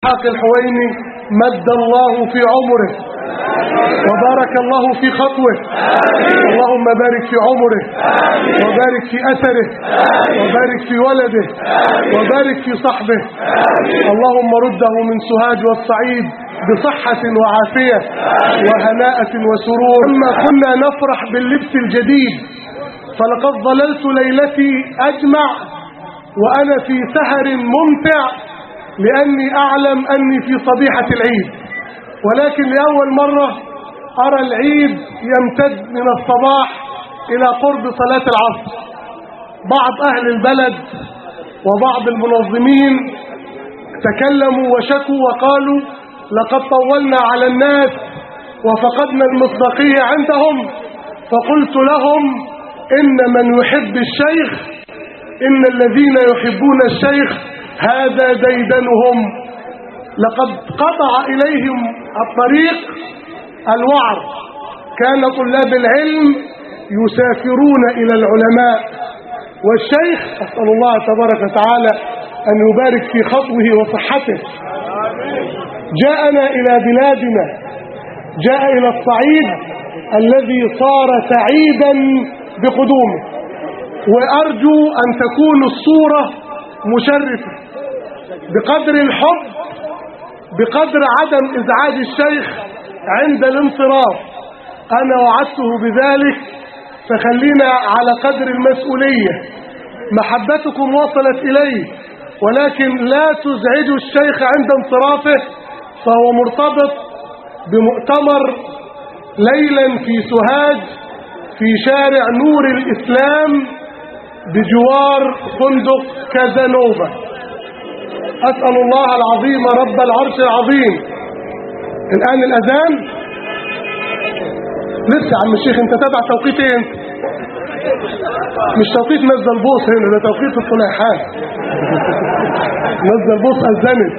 إسحاق الحويني مد الله في عمره وبارك الله في خطوه. اللهم بارك في عمره وبارك في أثره وبارك في ولده وبارك في صحبه. اللهم رده من سوهاج والصعيد بصحة وعافية وهناءة وسرور. لما كنا نفرح باللبس الجديد فلقد ظللت ليلتي أجمع وأنا في سهر ممتع لأني أعلم أني في صبيحة العيد، ولكن لأول مرة أرى العيد يمتد من الصباح إلى قرب صلاة العصر. بعض أهل البلد وبعض المنظمين تكلموا وشكوا وقالوا لقد طولنا على الناس وفقدنا المصداقية عندهم. فقلت لهم إن من يحب الشيخ إن الذين يحبون الشيخ هذا ديدنهم. لقد قطع إليهم الطريق الوعر. كان طلاب العلم يسافرون إلى العلماء والشيخ أسأل الله تبارك وتعالى أن يبارك في خطوه وصحته جاءنا إلى بلادنا، جاء إلى الصعيد الذي صار سعيدا بقدومه، وأرجو أن تكون الصورة مشرفة بقدر الحب بقدر عدم إزعاج الشيخ عند الانصراف. أنا وعدته بذلك، فخلينا على قدر المسؤولية. محبتكم وصلت إليه ولكن لا تزعجوا الشيخ عند انصرافه، فهو مرتبط بمؤتمر ليلا في سوهاج في شارع نور الإسلام بجوار فندق كازانوفا. أسأل الله العظيم رب العرش العظيم. الآن الأذان لسه عم الشيخ، انت تابع توقيت ايه؟ مش توقيت نزل بوص هنا، ده توقيت الصليحات. نزل بوص أذنت،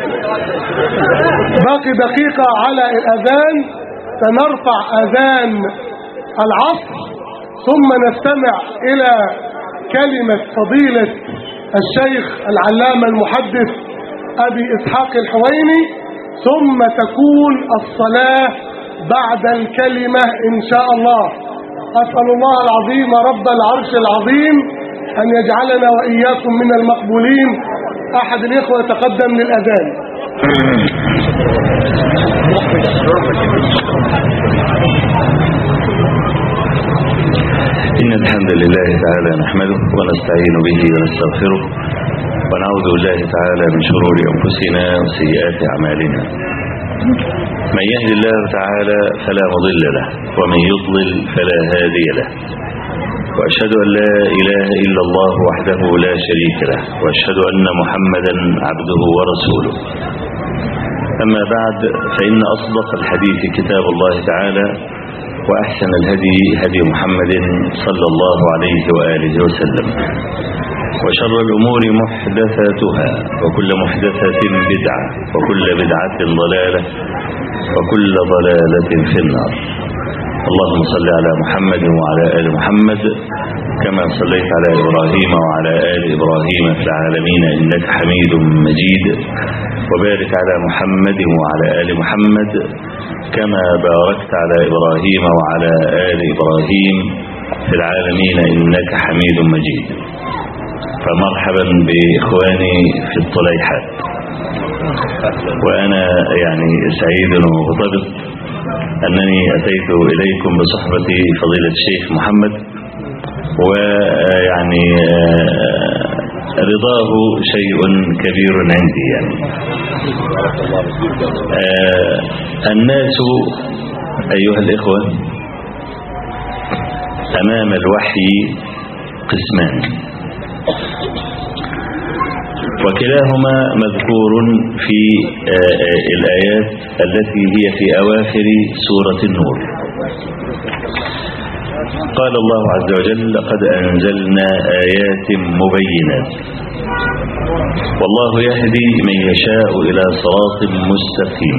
باقي دقيقة على الأذان، سنرفع أذان العصر ثم نستمع إلى كلمة فضيلة الشيخ العلامة المحدث أبي إسحاق الحويني، ثم تكون الصلاة بعد الكلمة إن شاء الله. أسأل الله العظيم رب العرش العظيم أن يجعلنا وإياكم من المقبولين. أحد الإخوة يتقدم للأذان. إن الحمد لله تعالى نحمده ونستعين به ونستغفره ونعوذ بالله تعالى من شرور أنفسنا وسيئات أعمالنا. من يهد الله تعالى فلا مضل له ومن يضلل فلا هادي له، وأشهد أن لا إله إلا الله وحده لا شريك له، وأشهد أن محمدا عبده ورسوله. أما بعد، فإن أصدق الحديث كتاب الله تعالى، وأحسن الهدي هدي محمد صلى الله عليه وآله وسلم، وشر الأمور محدثاتها وكل محدثة بدعة وكل بدعة ضلالة وكل ضلالة في النار. اللهم صل على محمد وعلى آل محمد كما صليت على إبراهيم وعلى آل إبراهيم في العالمين إنك حميد مجيد، وبارك على محمد وعلى آل محمد كما باركت على إبراهيم وعلى آل إبراهيم في العالمين إنك حميد مجيد. فمرحبا بإخواني في الطليحات، وأنا يعني سعيد ومغتبط أنني أتيت إليكم بصحبة فضيلة الشيخ محمد، ويعني رضاه شيء كبير عندي. يعني الناس أيها الإخوة أمام الوحي قسمان، وكلاهما مذكور في الآيات التي هي في أواخر سورة النور. قال الله عز وجل: لقد أنزلنا آيات مبينات والله يهدي من يشاء إلى صراط مستقيم.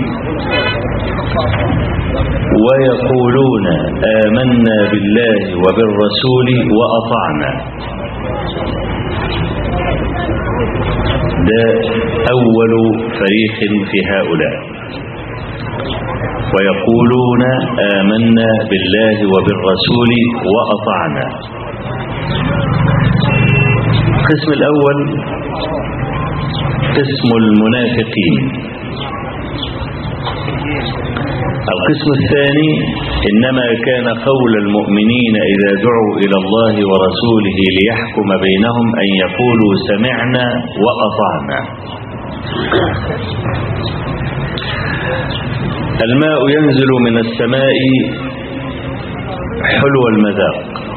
ويقولون آمنا بالله وبالرسول وأطعنا ده أول فريق في هؤلاء، ويقولون آمنا بالله وبالرسول وأطعنا. القسم الأول قسم المنافقين. القسم الثاني إنما كان قول المؤمنين إذا دعوا إلى الله ورسوله ليحكم بينهم أن يقولوا سمعنا وأطعنا. الماء ينزل من السماء حلو المذاق،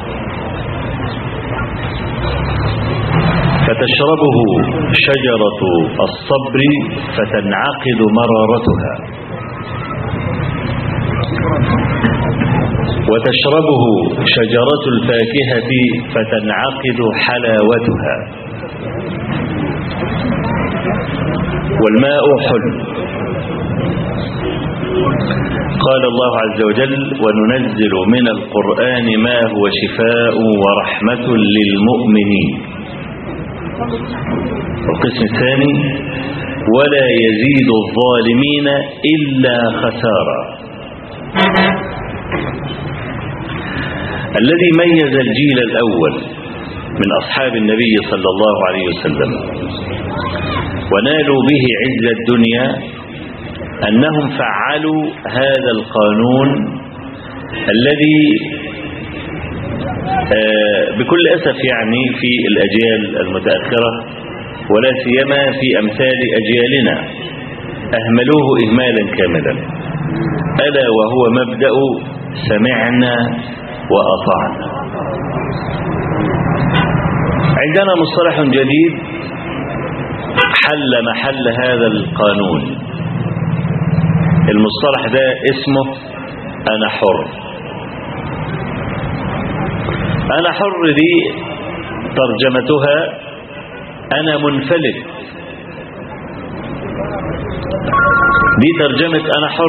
فتشربه شجرة الصبر فتنعقد مرارتها، وتشربه شجرة الفاكهة فتنعقد حلاوتها. والماء حلو. قال الله عز وجل: وننزل من القرآن ما هو شفاء ورحمة للمؤمنين. القسم الثاني: ولا يزيد الظالمين إلا خسارا. الذي ميز الجيل الأول من أصحاب النبي صلى الله عليه وسلم ونالوا به عز الدنيا أنهم فعلوا هذا القانون الذي بكل أسف يعني في الأجيال المتأخرة ولا سيما في أمثال أجيالنا أهملوه إهمالا كاملا، ألا وهو مبدأ سمعنا وأطعنا. عندنا مصطلح جديد حل محل هذا القانون. المصطلح ده اسمه أنا حر. أنا حر دي ترجمتها أنا منفلت، دي ترجمة أنا حر.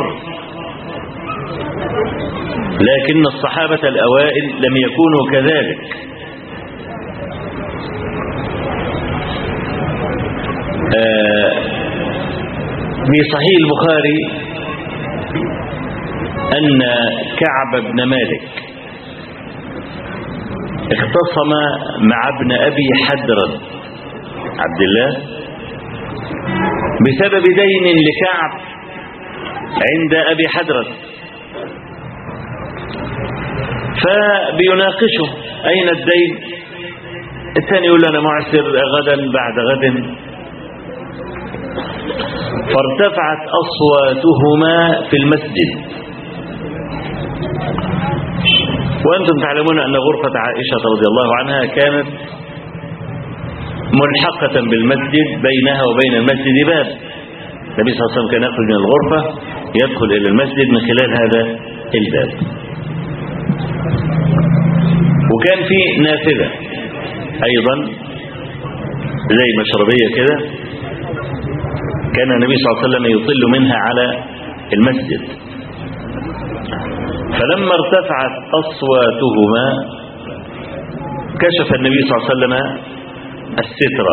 لكن الصحابة الأوائل لم يكونوا كذلك. في صحيح البخاري أن كعب بن مالك اختصم مع ابن أبي حدرد عبد الله بسبب دين لكعب عند أبي حدرد، فبيناقشه أين الدين؟ الثاني يقول أنا معسر غدا بعد غد، فارتفعت أصواتهما في المسجد. وأنتم تعلمون أن غرفة عائشة رضي الله عنها كانت ملحقة بالمسجد، بينها وبين المسجد باب. النبي صلى الله عليه وسلم كان يخرج من الغرفة يدخل إلى المسجد من خلال هذا الباب. وكان في نافذة أيضا زي مشربية كده، كان النبي صلى الله عليه وسلم يطل منها على المسجد. فلما ارتفعت أصواتهما كشف النبي صلى الله عليه وسلم الستر،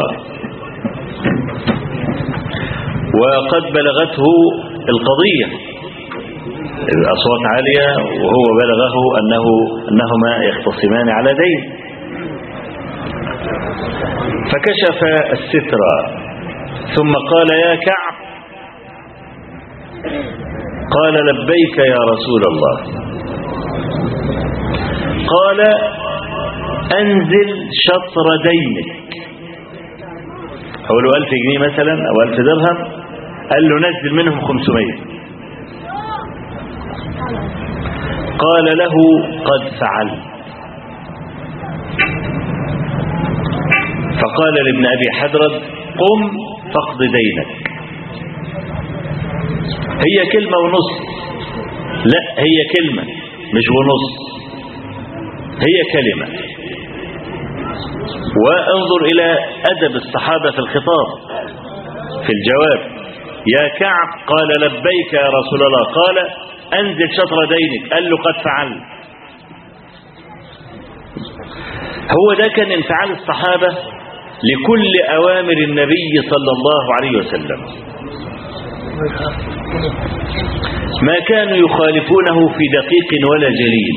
وقد بلغته القضية، الأصوات عالية، وهو بلغه أنهما يختصمان على دين. فكشف الستر ثم قال: يا كعب. قال: لبيك يا رسول الله. قال: أنزل شطر دينك. هو له 1000 جنيه مثلا أو 1000 درهم، قال له نزل منهم 500. قال له: قد فعلت. فقال لابن أبي حدرد: قم فاقض دينك. هي كلمة ونص، لا هي كلمة مش ونص، هي كلمة. وانظر إلى أدب الصحابة في الخطاب في الجواب: يا كعب. قال: لبيك يا رسول الله. قال: أنزل شطر دينك. قال له: قد فعلت. هو ده كان انفعال الصحابة لكل أوامر النبي صلى الله عليه وسلم، ما كانوا يخالفونه في دقيق ولا جليل،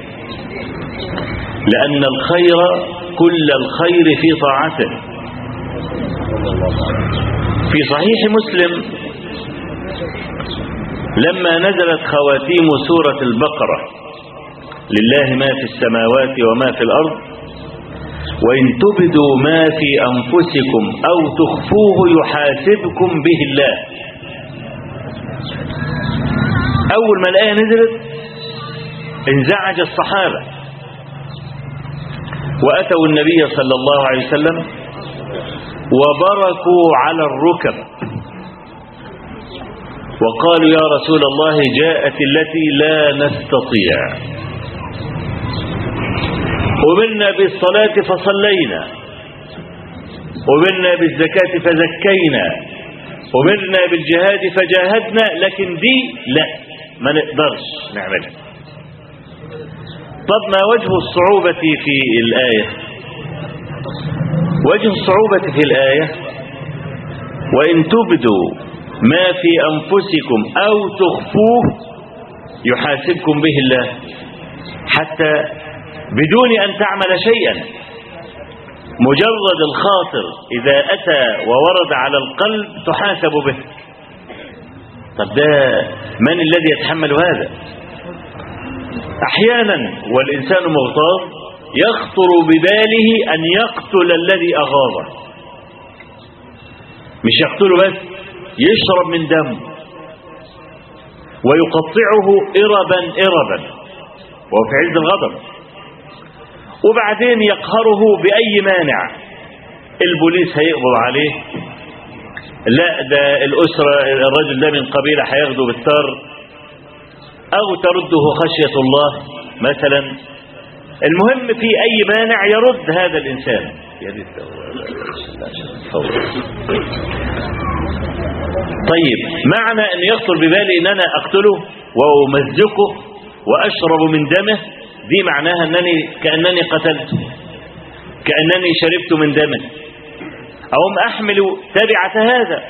لأن الخير كل الخير في طاعته. في صحيح مسلم لما نزلت خواتيم سورة البقرة: لله ما في السماوات وما في الأرض وإن تبدوا ما في أنفسكم أو تخفوه يحاسبكم به الله، أول ما الآية نزلت انزعج الصحابة وأتوا النبي صلى الله عليه وسلم وبركوا على الركب وقالوا: يا رسول الله، جاءت التي لا نستطيع، أمرنا بالصلاة فصلينا، أمرنا بالزكاة فزكينا، أمرنا بالجهاد فجاهدنا، لكن دي لا، ما نقدرش نعملها. طب ما وجه الصعوبة في الآية؟ وجه الصعوبة في الآية: وإن تبدوا ما في أنفسكم أو تخفوه يحاسبكم به الله، حتى بدون أن تعمل شيئا، مجرد الخاطر إذا أتى وورد على القلب تحاسب به. طب ده من الذي يتحمل هذا؟ أحيانا والإنسان مغتاظ يخطر بباله أن يقتل الذي أغاظه، مش يقتله بس، يشرب من دمه ويقطعه إربا إربا وهو في عز الغضب، وبعدين يقهره بأي مانع. البوليس هيقبض عليه، لا ده الأسرة، الرجل ده من قبيلة هياخده بالثار، أو ترده خشية الله مثلا. المهم في أي مانع يرد هذا الإنسان. طيب، معنى أن يخطر ببالي أن أنا أقتله وأمزقه وأشرب من دمه، دي معناها كأنني قتلته، كأنني شربت من دمه، أو أحمل تبعة هذا.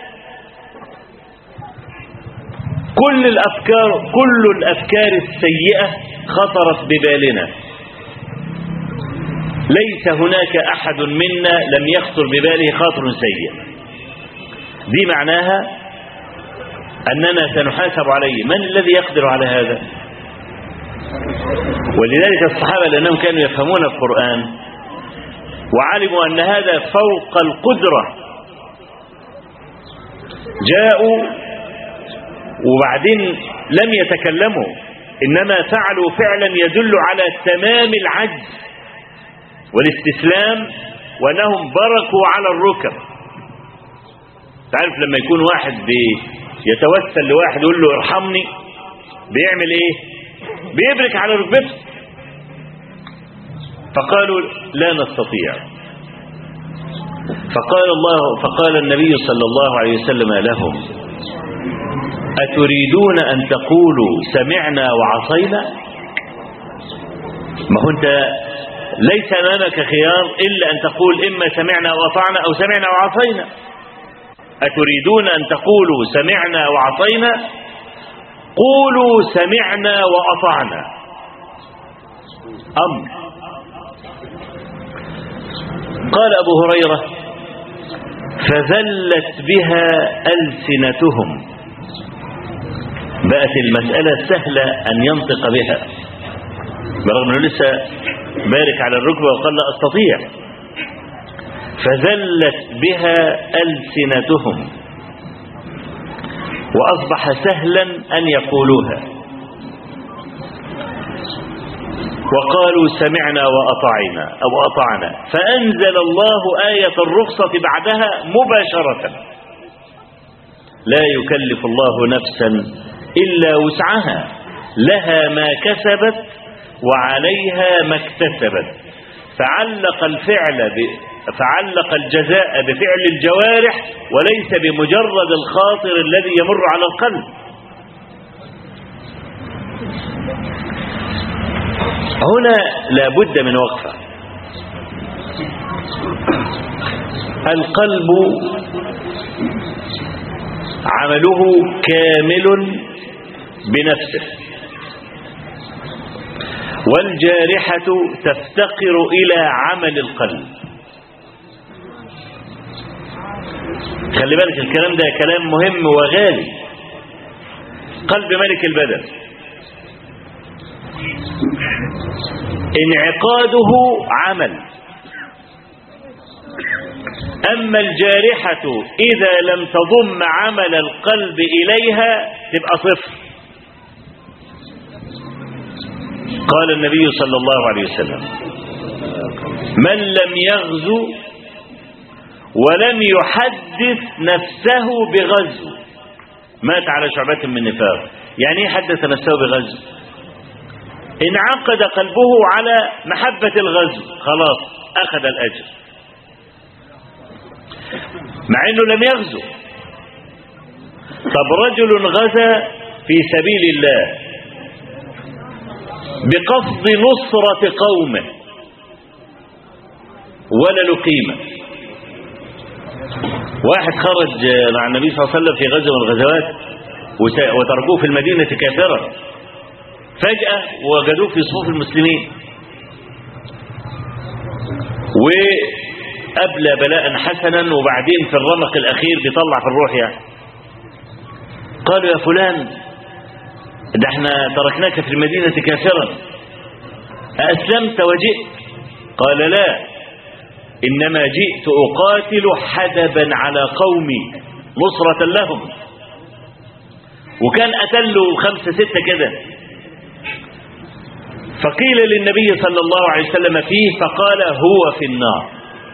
كل الأفكار السيئة خطرت ببالنا، ليس هناك أحد منا لم يخطر بباله خاطر سيء. دي معناها أننا سنحاسب عليه. من الذي يقدر على هذا؟ ولذلك الصحابة لأنهم كانوا يفهمون القرآن وعلموا أن هذا فوق القدرة، جاءوا وبعدين لم يتكلموا، إنما فعلوا فعلا يدل على تمام العجز والاستسلام، وأنهم بركوا على الركب. تعرف لما يكون واحد يتوسل لواحد يقول له ارحمني، بيعمل ايه؟ بيبرك على ركبته. فقالوا لا نستطيع، فقال النبي صلى الله عليه وسلم لهم: أتريدون أن تقولوا سمعنا وعصينا؟ ما هو أنت ليس أمامك خيار إلا أن تقول إما سمعنا وأطعنا أو سمعنا وعصينا. أتريدون أن تقولوا سمعنا وعصينا؟ قولوا سمعنا وأطعنا. أمر. قال أبو هريرة: فذلت بها ألسنتهم، بقت المسألة سهلة أن ينطق بها، برغم أنه لسه بارك على الركبة وقال لا أستطيع. فذلت بها ألسنتهم وأصبح سهلا أن يقولوها، وقالوا سمعنا وأطعنا أو أطعنا، فأنزل الله آية الرخصة بعدها مباشرة: لا يكلف الله نفسا إلا وسعها، لها ما كسبت وعليها ما اكتسبت. فعلق الجزاء بفعل الجوارح وليس بمجرد الخاطر الذي يمر على القلب. هنا لا بد من وقفة. القلب عمله كامل بنفسه، والجارحة تفتقر إلى عمل القلب. خلي بالك الكلام ده كلام مهم وغالي. قلب ملك البدن انعقاده عمل، أما الجارحة إذا لم تضم عمل القلب إليها تبقى صفر. قال النبي صلى الله عليه وسلم: من لم يغزو ولم يحدث نفسه بغزو مات على شعبة من نفاق. يعني ايه حدث نفسه بغزو؟ انعقد قلبه على محبة الغزو، خلاص أخذ الأجر مع أنه لم يغزو. طب رجل غزا في سبيل الله بقصد نصرة قومه ولا له قيمة. واحد خرج مع النبي صلى الله عليه وسلم في غزوة من الغزوات وتركوه في المدينة كافرا، فجأة وجدوه في صفوف المسلمين وأبلى بلاء حسنا، وبعدين في الرمق الأخير بيطلع في الروح يعني. قالوا: يا فلان ده احنا تركناك في المدينة كافرا، أأسلمت وجئت؟ قال: لا، إنما جئت أقاتل حدبا على قومي نصرة لهم. وكان قتله 5 6 كده. فقيل للنبي صلى الله عليه وسلم فيه فقال: هو في النار.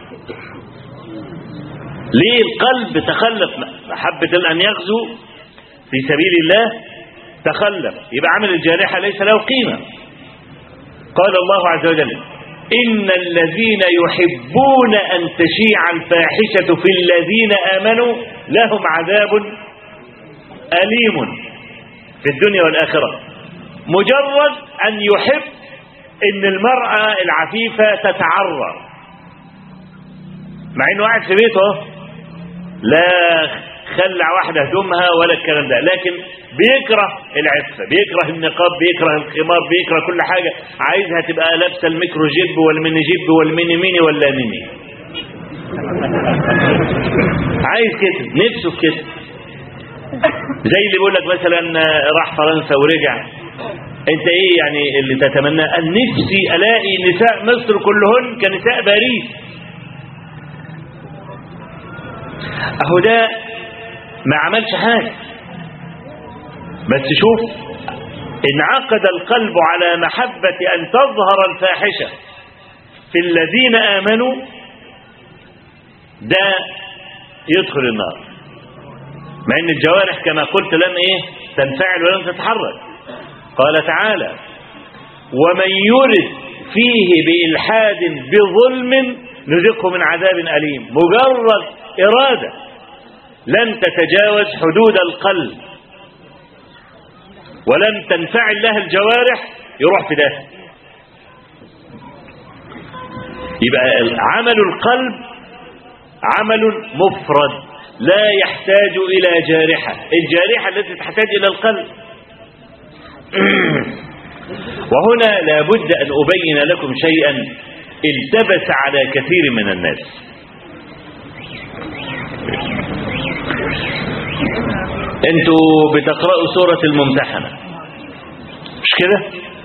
ليه؟ القلب تخلف محبة أن يغزو في سبيل الله، تخلف، يبقى عمل الجارحة ليس له قيمة. قال الله عز وجل: إن الذين يحبون أن تشيع الفاحشة في الذين آمنوا لهم عذاب أليم في الدنيا والآخرة. مجرد أن يحب إن المرأة العفيفة تتعرى مع إنه قاعد في بيته، لا خلع واحدة هدومها ولا الكلام ده، لكن بيكره العفة، بيكره النقاب، بيكره الخمار، بيكره كل حاجة، عايزها تبقى لابسة الميكرو جيب والميني جيب والميني ميني ولا ميني، عايز كده، نفسه في كده. زي اللي بيقول لك مثلا راح فرنسا ورجع، انت ايه يعني اللي تتمناه؟ قال: نفسي الاقي نساء مصر كلهن كنساء باريس. اهو ده ما عملش حاجة، بس شوف انعقد القلب على محبة أن تظهر الفاحشة في الذين آمنوا، ده يدخل النار، مع أن الجوارح كما قلت لم تنفعل ولم تتحرك. قال تعالى: ومن يرد فيه بإلحاد بظلم نذقه من عذاب أليم. مجرد إرادة لن تتجاوز حدود القلب ولم تنفعل لها الجوارح يروح في ده. يبقى عمل القلب عمل مفرد لا يحتاج إلى جارحة، الجارحة التي تحتاج إلى القلب. وهنا لابد أن أبين لكم شيئا التبس على كثير من الناس. انتوا بتقرأوا سورة الممتحنة مش كده؟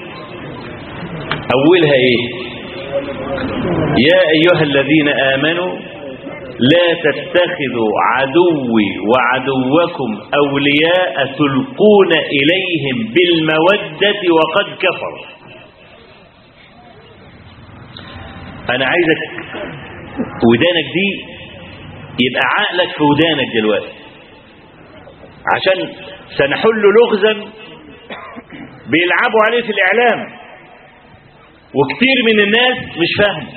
أولها ايه؟ يا أيها الذين آمنوا لا تتخذوا عدوي وعدوكم أولياء تلقون إليهم بالمودة وقد كفروا. أنا عايزك ودانك دي يبقى عقلك في ودانك دلوقتي، عشان سنحل لغزا بيلعبوا عليه في الإعلام وكتير من الناس مش فاهم.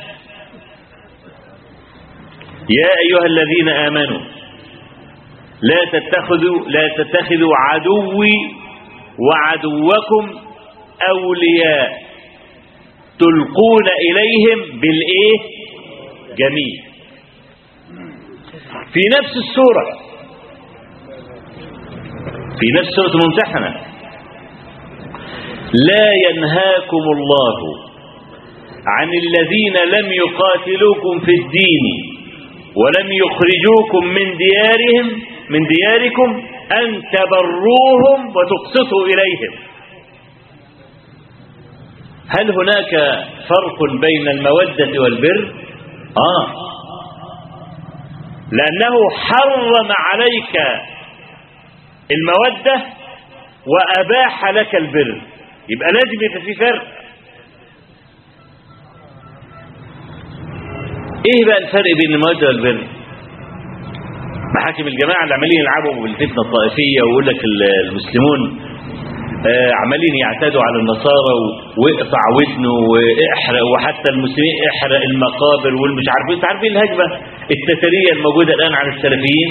يا أيها الذين آمنوا لا تتخذوا عدوي وعدوكم أولياء تلقون إليهم بالإيه؟ جميل. في نفس السورة، في نفس سورة الممتحنة: لا ينهاكم الله عن الذين لم يقاتلوكم في الدين ولم يخرجوكم من دياركم أن تبروهم وتقسطوا إليهم. هل هناك فرق بين المودة والبر؟ لأنه حرم عليك المودة وأباح لك البر، يبقى لازم يبقى في فرق. ايه بقى الفرق بين المودة والبر؟ محاكم الجماعة اللي عمالين يلعبوا بالفتنة الطائفية ويقول لك المسلمون عمالين يعتدوا على النصارى واقطع ودنه واحرق، وحتى المسلمين احرق المقابر والمش عارفين. انتوا عارفين الهجمة التترية الموجودة الآن على السلفيين؟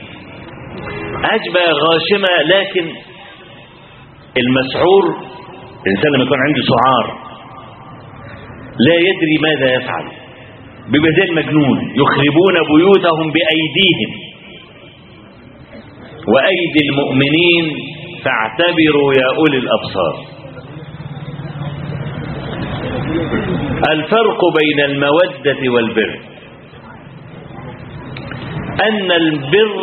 هجمة غاشمة، لكن المسعور، الإنسان لما يكون عنده سعار لا يدري ماذا يفعل، بيبقى زي المجنون. يخربون بيوتهم بأيديهم وأيدي المؤمنين فاعتبروا يا أولي الأبصار. الفرق بين المودة والبر أن البر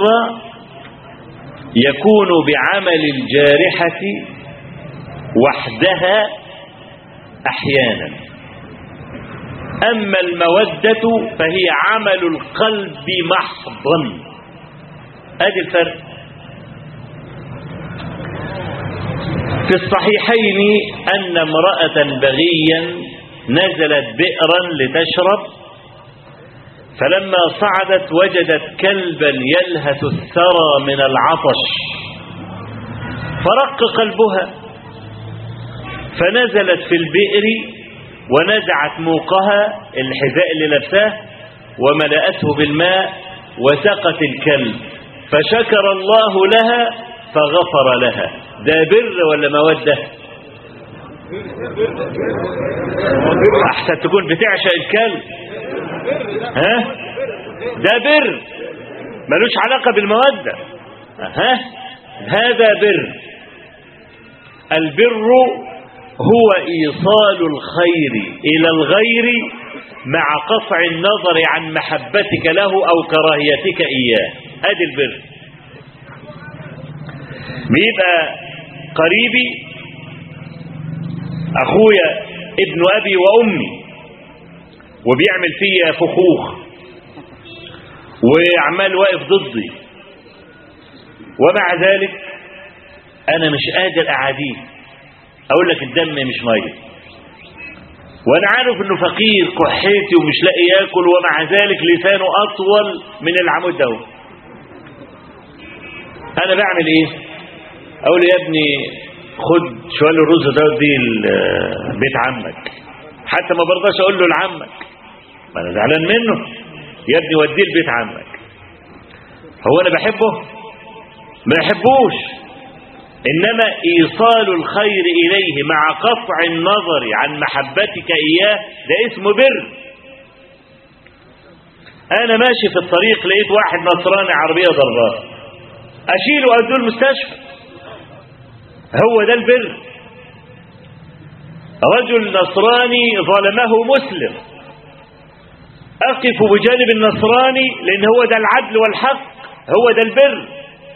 يكون بعمل الجارحة وحدها أحيانا، أما المودة فهي عمل القلب محضا. أدي الفرق. في الصحيحين أن امرأة بغيا نزلت بئرا لتشرب، فلما صعدت وجدت كلبا يلهث الثرى من العطش، فرق قلبها فنزلت في البئر ونزعت موقها، الحذاء اللي لابساه، وملأته بالماء وسقت الكلب، فشكر الله لها فغفر لها. ده بر ولا مودة؟ احسن تكون بتعشق الكلب. ده بر ملوش علاقة بالمودة. هذا بر. البر هو إيصال الخير إلى الغير مع قطع النظر عن محبتك له أو كراهيتك إياه. هذا البر. بيبقى قريبي أخويا ابن أبي وأمي وبيعمل فيا فخوخ وعمال واقف ضدي، ومع ذلك أنا مش قادر أعاديه. أقول لك الدم مش مية، وأنا عارف إنه فقير كحيتي ومش لاقي ياكل، ومع ذلك لسانه أطول من العمود ده. أنا بعمل إيه؟ أقول يا ابني خد شوال الرز ده وديه بيت عمك، حتى ما برضاش أقول له لعمك، ما أنا زعلان منه. يا ابني وديه لبيت عمك. هو أنا بحبه؟ ما يحبوش. إنما إيصال الخير إليه مع قطع النظر عن محبتك إياه ده اسمه بر. أنا ماشي في الطريق لقيت واحد نصراني عربية ضرباه، أشيله وأوديه المستشفى. هو ده البر. رجل نصراني ظلمه مسلم، أقف بجانب النصراني لأن هو ده العدل والحق، هو ده البر.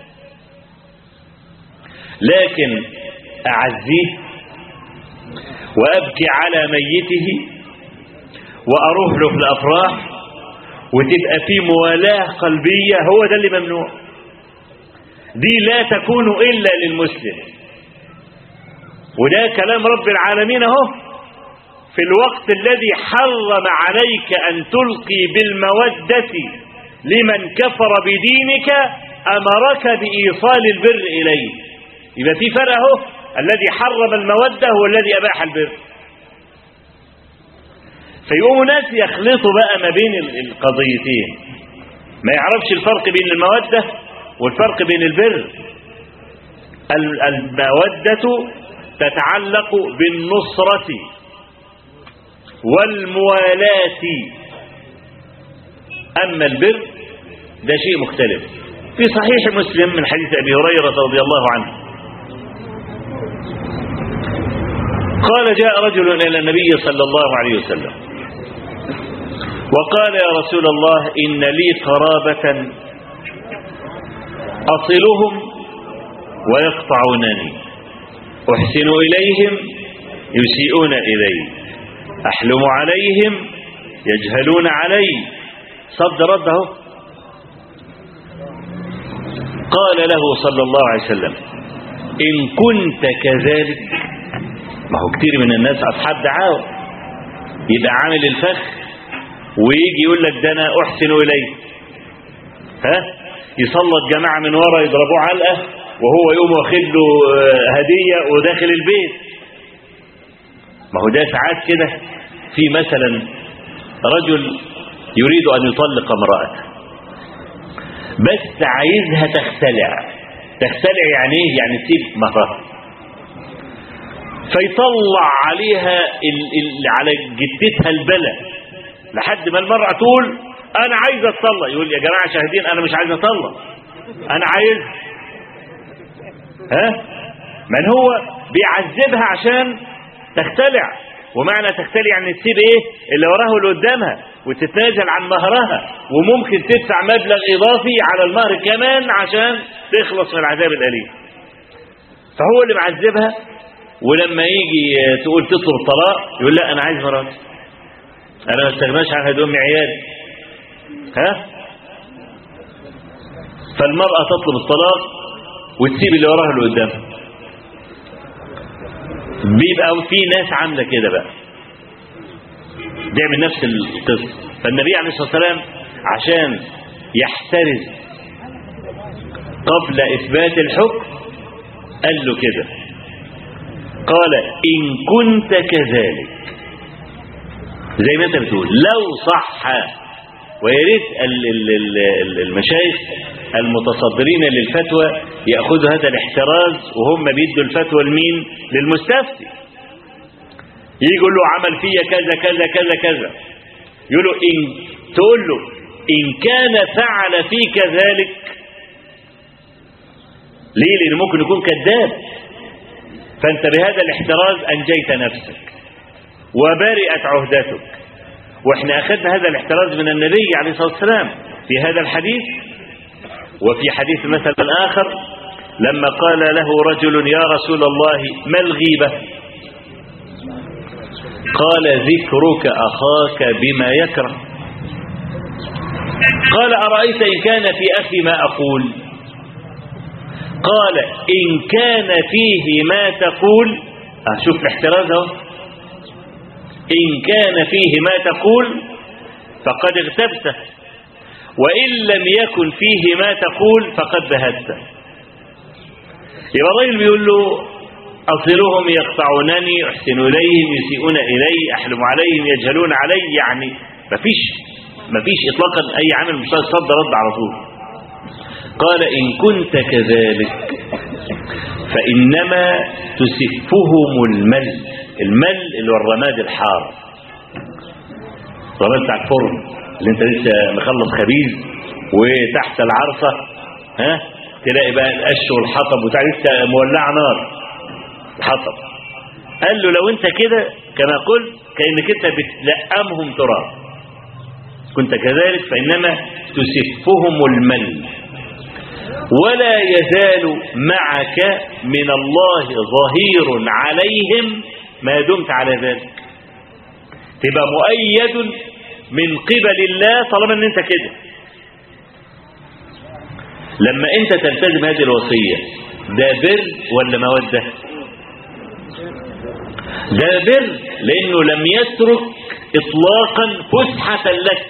لكن أعزيه وأبكي على ميته وأروح له في الأفراح وتبقى في موالاه قلبية، هو ده اللي ممنوع. دي لا تكون إلا للمسلم. وده كلام رب العالمين اهو. في الوقت الذي حرم عليك أن تلقي بالمودة لمن كفر بدينك أمرك بإيصال البر إليه. يبقى في فرق اهو، الذي حرم المودة هو الذي أباح البر. فيقوموا ناس يخلطوا بقى ما بين القضيتين، ما يعرفش الفرق بين المودة والفرق بين البر. المودة تتعلق بالنصرة والموالاة، أما البر ده شيء مختلف. في صحيح مسلم من حديث أبي هريرة رضي الله عنه قال جاء رجل إلى النبي صلى الله عليه وسلم وقال يا رسول الله إن لي قرابة أصلهم ويقطعونني، أحسن إليهم يسيئون إلي، أحلم عليهم يجهلون علي. صد رده. قال له صلى الله عليه وسلم إن كنت كذلك، ما هو كتير من الناس أصحاب دعاوى يبقى عامل الفخ ويجي يقول لك ده أنا أحسن إليه، يصلت جماعة من ورا يضربوه علقة وهو يقوم واخد له هدية وداخل البيت. ما هو ده ساعات كده. في مثلا رجل يريد أن يطلق امرأته بس عايزها تختلع. تختلع يعني ايه؟ يعني تسيب مهرها، فيطلع عليها على جدتها البلا لحد ما المرأة تقول أنا عايز أطلق. يقول يا جماعة شاهدين أنا مش عايز أطلق، أنا عايز من هو بيعذبها عشان تختلع. ومعنى تختلع يعني تسيب ايه اللي وراها واللي قدامها وتتنازل عن مهرها، وممكن تدفع مبلغ إضافي على المهر كمان عشان تخلص من العذاب الأليم. فهو اللي معذبها، ولما يجي تقول تطلب الطلاق يقول لا أنا عايز مراتي، أنا ما استغناش عن هدوم عيالي. فالمرأة تطلب الطلاق وتسيب اللي وراها اللي قدامها. بيبقى في ناس عاملة كده بقى بيعمل نفس القصة. فالنبي عليه الصلاة والسلام عشان يحترز قبل إثبات الحكم قال له كده، قال إن كنت كذلك، زي ما انت بتقول لو صح. ويريد المشايخ المتصدرين للفتوى يأخذوا هذا الاحتراز وهم بيدوا الفتوى لمين؟ للمستفتي. يجي يقول له عمل فيا كذا كذا كذا كذا، يقول له تقول له إن كان فعل فيك ذلك. ليه؟ لأنه ممكن يكون كذاب. فأنت بهذا الاحتراز أنجيت نفسك وبرئت عهدتك. واحنا أخذنا هذا الاحتراز من النبي عليه الصلاة والسلام في هذا الحديث. وفي حديث مثلا آخر لما قال له رجل يا رسول الله ما الغيبة؟ قال ذكرك أخاك بما يكره. قال أرأيت إن كان في أخي ما أقول؟ قال إن كان فيه ما تقول. شوف الاحتراز اهو، إن كان فيه ما تقول فقد اغتبته، وإن لم يكن فيه ما تقول فقد بهته. يبقى الرجل بيقول له أصلهم يقطعونني، أحسن إليهم يسيئون إلي، أحلم عليهم يجهلون علي. يعني مفيش إطلاقا أي عامل مشترك. صد رد على طول. قال إن كنت كذلك فإنما تسفهم المل. المل اللي هو الرماد الحار، الرماد بتاع الفرن اللي انت لسه مخلص خبيز وتحت العرفة تلاقي بقى القش والحطب وبتاع لسه مولع نار الحطب. قال له لو انت كده كما قلت كأنك انت بتلقمهم تراب. كنت كذلك فإنما تسفهم المل، ولا يزال معك من الله ظهير عليهم ما دمت على ذلك. تبقى مؤيد من قبل الله طالما ان انت كده. لما انت تلتزم هذه الوصية ده بر ولا مودة؟ ده بر، لانه لم يترك اطلاقا فسحة لك.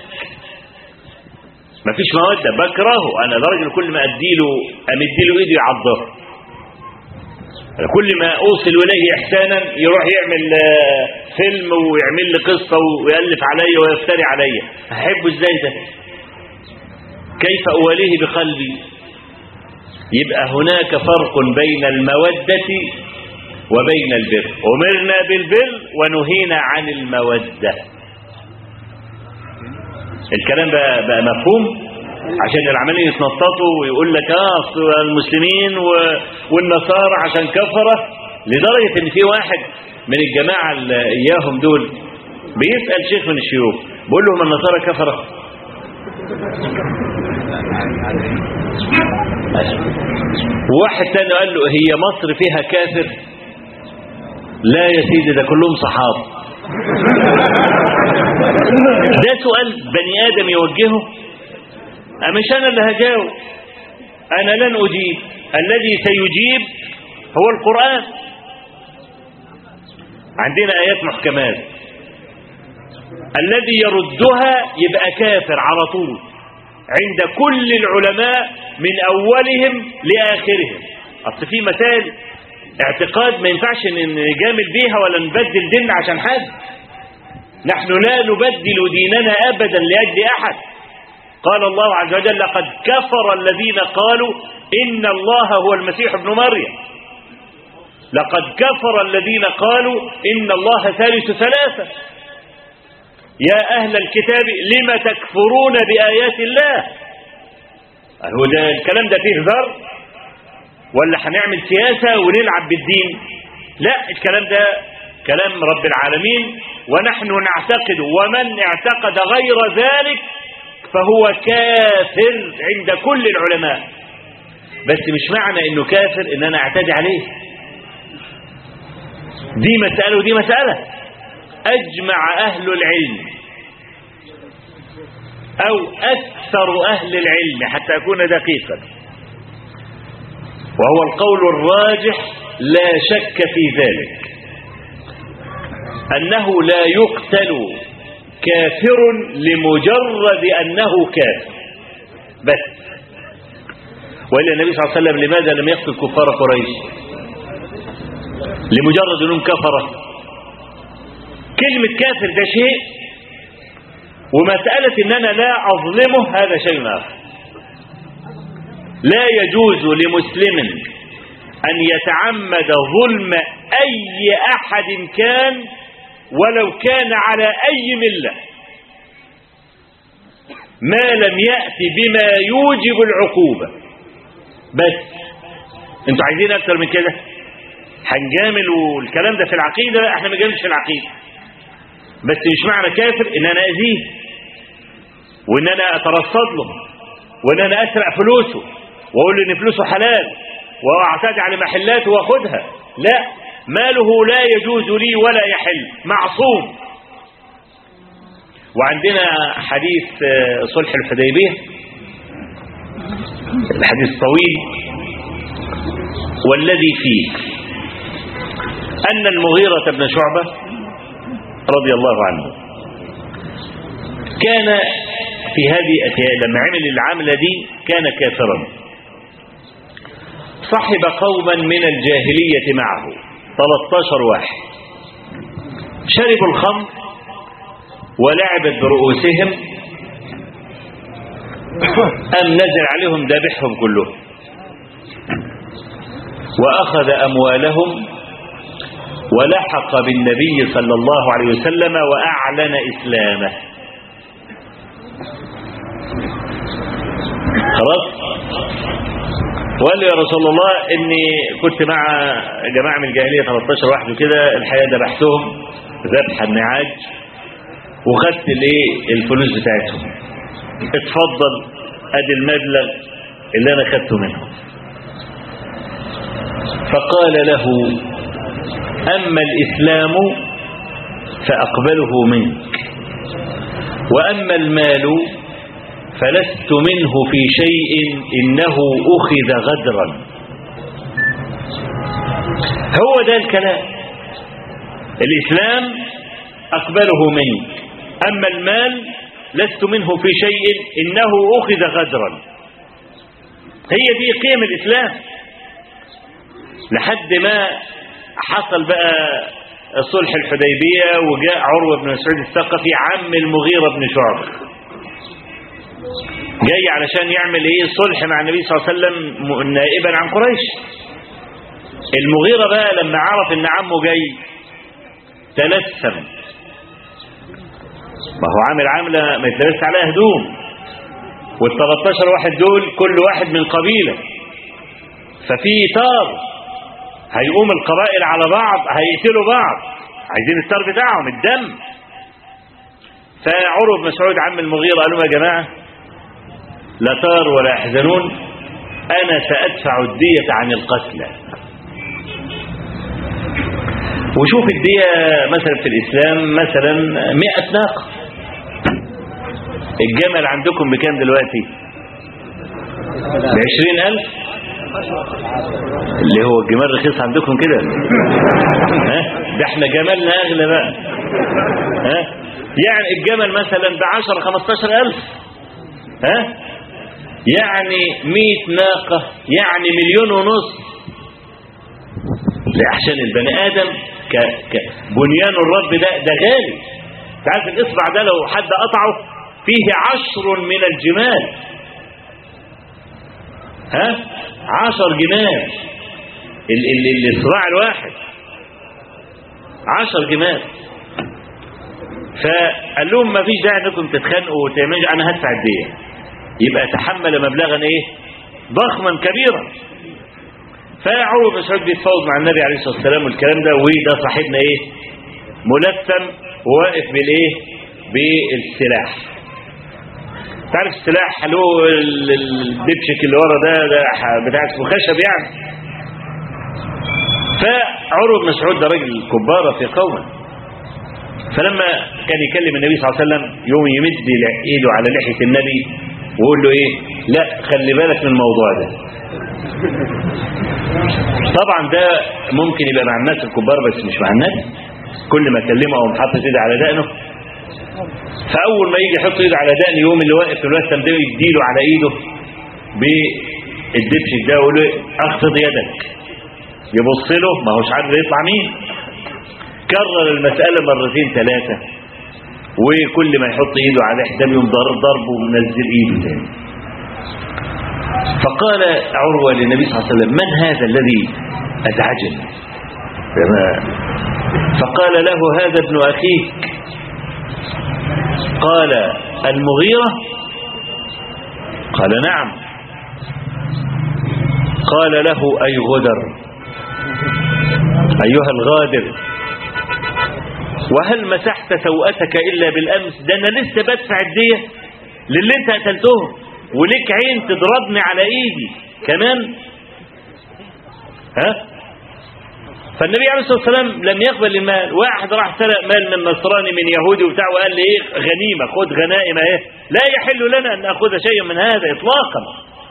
مفيش مودة. بكرهه انا لدرجة كل ما اديله ايدي يعضه، كل ما اوصل اليه احسانا يروح يعمل فيلم ويعمل لي قصة ويألف علي ويفتري علي. احبه ازاي ده؟ كيف اواليه بقلبي؟ يبقى هناك فرق بين المودة وبين البر. أمرنا بالبر ونهينا عن المودة. الكلام بقى مفهوم؟ عشان العمالين يتنططوا ويقول لك أصل المسلمين والنصارى عشان كفرة، لدرجة ان في واحد من الجماعة اللي اياهم دول بيسأل شيخ من الشيوخ بيقول لهم النصارى كفرة؟ وواحد تاني قال له هي مصر فيها كافر؟ لا يا سيدي ده كلهم صحابة. ده سؤال بني آدم يوجهه؟ مش أنا اللي هجاوب، أنا لن أجيب، الذي سيجيب هو القرآن. عندنا آيات محكمات، الذي يردها يبقى كافر على طول عند كل العلماء من أولهم لآخرهم. أصل في مسائل اعتقاد ما ينفعش نجامل بيها ولا نبدل ديننا عشان حد. نحن لا نبدل ديننا أبدا لأجل أحد. قال الله عز وجل لقد كفر الذين قالوا إن الله هو المسيح ابن مريم. لقد كفر الذين قالوا إن الله ثالث ثلاثة. يا أهل الكتاب لم تكفرون بآيات الله؟ هو ده الكلام ده فيه هزار ولا هنعمل سياسة ونلعب بالدين؟ لا، الكلام ده كلام رب العالمين ونحن نعتقد، ومن اعتقد غير ذلك فهو كافر عند كل العلماء. بس مش معنى انه كافر ان انا اعتدي عليه. دي مسألة ودي مسألة. اجمع اهل العلم او اكثر اهل العلم حتى اكون دقيقا، وهو القول الراجح لا شك في ذلك، انه لا يقتل كافر لمجرد أنه كافر بس. وإلا النبي صلى الله عليه وسلم لماذا لم يقتل كفار قريش؟ لمجرد أنهم كفرة. كلمة كافر ده شيء، ومسألة أن أنا لا أظلمه هذا شيء آخر. لا يجوز لمسلم أن يتعمد ظلم أي أحد كان ولو كان على أي ملة ما لم يأتي بما يوجب العقوبة. بس انتوا عايزين أكتر من كده؟ هنجامل والكلام ده في العقيدة؟ احنا ما جاملش في العقيدة. بس مش معنى كافر ان انا اذيه وان انا اترصد له وان انا اسرق فلوسه واقول له ان فلوسه حلال واعتدي على محلاته واخدها. لا، ماله لا يجوز لي ولا يحل، معصوم. وعندنا حديث صلح الحديبية، الحديث طويل، والذي فيه أن المغيرة بن شعبة رضي الله عنه كان في هذه لما عمل العملة دي كان كافرا. صحب قوما من الجاهلية معه 13 واحد، شربوا الخمر ولعبت برؤوسهم، أم نزل عليهم ذابحهم كلهم وأخذ أموالهم ولحق بالنبي صلى الله عليه وسلم وأعلن إسلامه. خلاص، وقال لي يا رسول الله إني كنت مع جماعة من الجاهلية 13 واحد وكده، الحقيقة ذبحتهم ذبح النعاج وخدت الفلوس بتاعتهم، اتفضل ادي المبلغ اللي انا خدته منهم. فقال له اما الاسلام فاقبله منك، واما المال فلست منه في شيء انه اخذ غدرا. هو ده الكلام. الاسلام اقبله منك، اما المال لست منه في شيء إنه أخذ غدرا. هي دي قيم الإسلام. لحد ما حصل بقى صلح الحديبية وجاء عروة بن مسعود الثقفي عم المغيرة بن شعبة جاي علشان يعمل صلح مع النبي صلى الله عليه وسلم نائبا عن قريش. المغيرة بقى لما عرف ان عمه جاي تلثم، ما هو عامل عاملة ما يتلبس عليها هدوم، وال13 واحد دول كل واحد من قبيلة، ففي طار هيقوم القبائل على بعض هيقتلوا بعض، عايزين الطار بتاعهم الدم. فعروة بن مسعود عم المغيرة قالوا يا جماعة لا طار ولا يحزنون، أنا سأدفع الدية عن القتلى. وشوف الدية مثلا في الإسلام مثلا 100 ناقة. الجمل عندكم بكام دلوقتي؟ ب20,000. اللي هو الجمال رخيص عندكم كده. ده احنا جمالنا أغلى بقى. يعني الجمل مثلا ب10-15,000. يعني 100 ناقة يعني 1,500,000. لأحسن البني آدم بنيان الرب ده غالي. تعرف الإصبع ده لو حد قطعه فيه 10 من الجمال. 10 جمال الإصبع الواحد 10 جمال. فقال لهم ما فيش داعي انكم تتخانقوا وتعملوا، انا هدفع الدية. يبقى تحمل مبلغا ايه ضخما كبيرا. فعروة بن مسعود بيتفاوض مع النبي عليه الصلاة والسلام والكلام ده، وده صاحبنا ايه ملثم وواقف بالايه بالسلاح. تعرف السلاح له الدبشك اللي ورا ده بتاع اسمه خشب يعني. فعروة بن مسعود ده راجل كبارة في قومه، فلما كان يكلم النبي صلى الله عليه وسلم يوم يمد ايده على لحية النبي ويقول له ايه لا خلي بالك من الموضوع ده. طبعا ده ممكن يبقى مع الناس الكبار بس مش مع النبي. كل ما اكلمه او محطط ايده على دقنه، فاول ما يجي يحط ايده على دقن يوم اللي واقف في الوسم ده يديله على ايده بالدبشك ده ويقول له اخفض يدك. يبص له ما هوش عارف يطلع مين. كرر المسألة 2-3 وكل ما يحط ايده على حدام يوم ضربه ومنزل ايده تاني. فقال عروة للنبي صلى الله عليه وسلم من هذا الذي أزعجني؟ فقال له هذا ابن أخيك. قال المغيرة؟ قال نعم. قال له أي غدر، أيها الغادر، وهل مسحت سوءتك إلا بالأمس؟ ده أنا لسه بدفع الدية للي انت قتلتهم وليك عين تضربني على ايدي كمان. فالنبي عليه الصلاة والسلام لم يقبل المال. واحد راح سرق مال من نصراني من يهودي وبتاع وقال لي ايه غنيمة خد غنائم ايه. لا يحل لنا ان ناخذ شيء من هذا اطلاقا.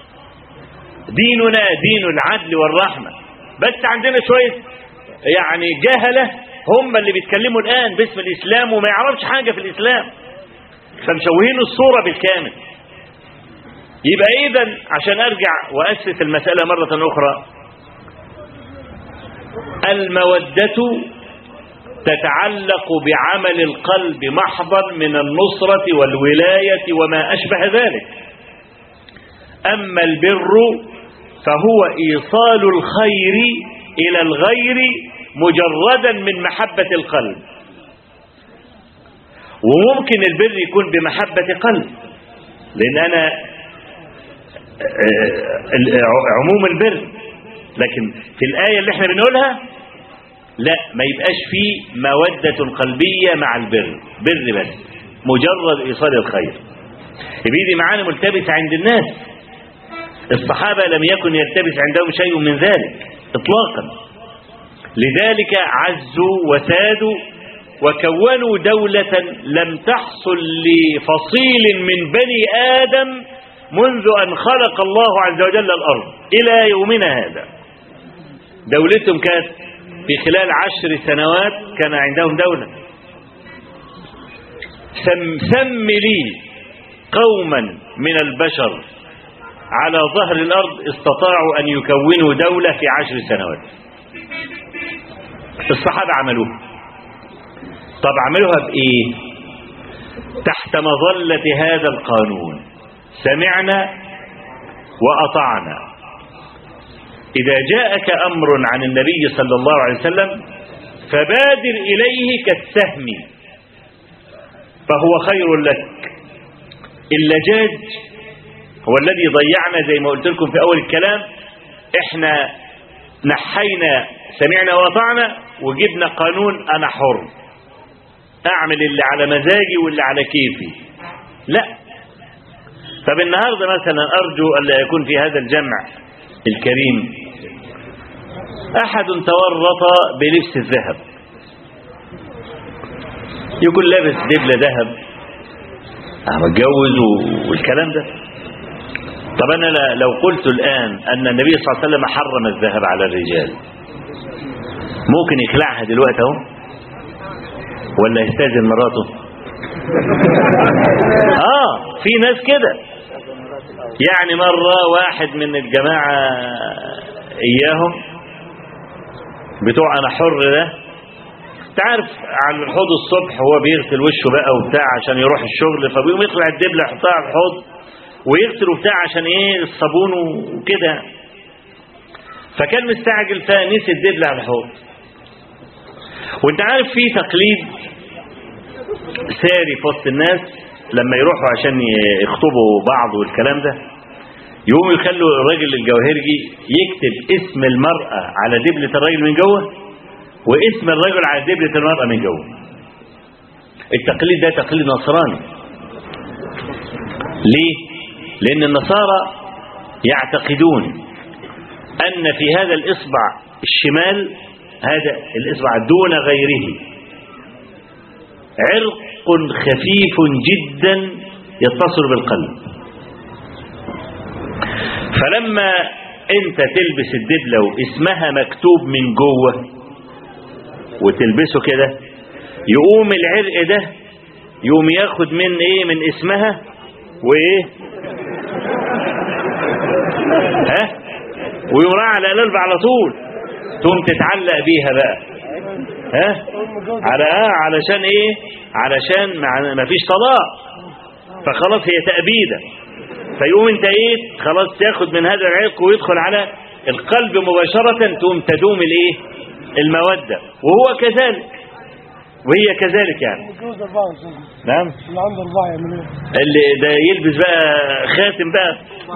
ديننا دين العدل والرحمة. بس عندنا شوية يعني جهلة هم اللي بيتكلموا الآن باسم الإسلام وما يعرفش حاجة في الإسلام، فمشوهين الصورة بالكامل. يبقى إذن عشان أرجع وأسس المسألة مرة أخرى، المودة تتعلق بعمل القلب محضا من النصرة والولاية وما أشبه ذلك. أما البر فهو إيصال الخير إلى الغير مجردا من محبة القلب. وممكن البر يكون بمحبة قلب، لأن أنا عموم البر، لكن في الآية اللي احنا بنقولها لا ما يبقاش فيه مودة قلبية مع البر، بر بس مجرد إيصال الخير. يبقى دي معاني ملتبسة عند الناس. الصحابة لم يكن يلتبس عندهم شيء من ذلك إطلاقا، لذلك عزوا وسادوا وكونوا دولة لم تحصل لفصيل من بني آدم منذ أن خلق الله عز وجل الأرض إلى يومنا هذا. دولتهم كانت في خلال 10 سنوات كان عندهم دولة. سم لي قوما من البشر على ظهر الأرض استطاعوا أن يكونوا دولة في 10 سنوات. الصحابة عملوها. طب عملوها بإيه؟ تحت مظلة هذا القانون: سمعنا وأطعنا. إذا جاءك أمر عن النبي صلى الله عليه وسلم فبادر إليه كالسهم فهو خير لك. اللجاج هو الذي ضيعنا زي ما قلت لكم في أول الكلام. احنا نحينا سمعنا وأطعنا وجبنا قانون أنا حر، أعمل اللي على مزاجي واللي على كيفي. لا. طب النهاردة مثلا أرجو أن لا يكون في هذا الجمع الكريم أحد تورط بلبس الذهب، يكون لابس دبلة ذهب متجوز والكلام ده. طب أنا لو قلت الآن أن النبي صلى الله عليه وسلم حرم الذهب على الرجال، ممكن يخلعها دلوقتي اهو ولا يستاذن مراته؟ في ناس كده. يعني مرة واحد من الجماعة إياهم بتوع أنا حر ده، تعرف على الحوض الصبح هو بيغسل وشه بقى وبتاع عشان يروح الشغل، فبيقوم يطلع الدبلة يحطها على الحوض ويغسل وبتاع عشان ايه الصابون وكده. فكان مستعجل فنسي الدبلة على الحوض. وانت عارف في تقليد ساري في وسط الناس لما يروحوا عشان يخطبوا بعض والكلام ده، يقوموا يخلوا الراجل الجوهرجي يكتب اسم المرأة على دبلة الراجل من جوه واسم الرجل على دبلة المرأة من جوه. التقليد ده تقليد نصراني. ليه؟ لأن النصارى يعتقدون أن في هذا الإصبع الشمال، هذا الإصبع دون غيره، عرق خفيف جدا يتصل بالقلب. فلما انت تلبس الدبلة واسمها مكتوب من جوه وتلبسه كده، يقوم العرق ده يقوم ياخد من ايه، من اسمها وايه ويقوم على القلب على طول، تقوم تتعلق بيها بقى على علشان ايه، علشان ما فيش طلاق، فخلاص هي تأبيدة. فيقوم انت ايه خلاص تاخد من هذا العرق ويدخل على القلب مباشرة، تقوم تدوم الايه المودة. وهو كذلك وهي كذلك يعني. نعم. اللي عنده 4 يعمل ايه؟ اللي ده يلبس بقى خاتم بقى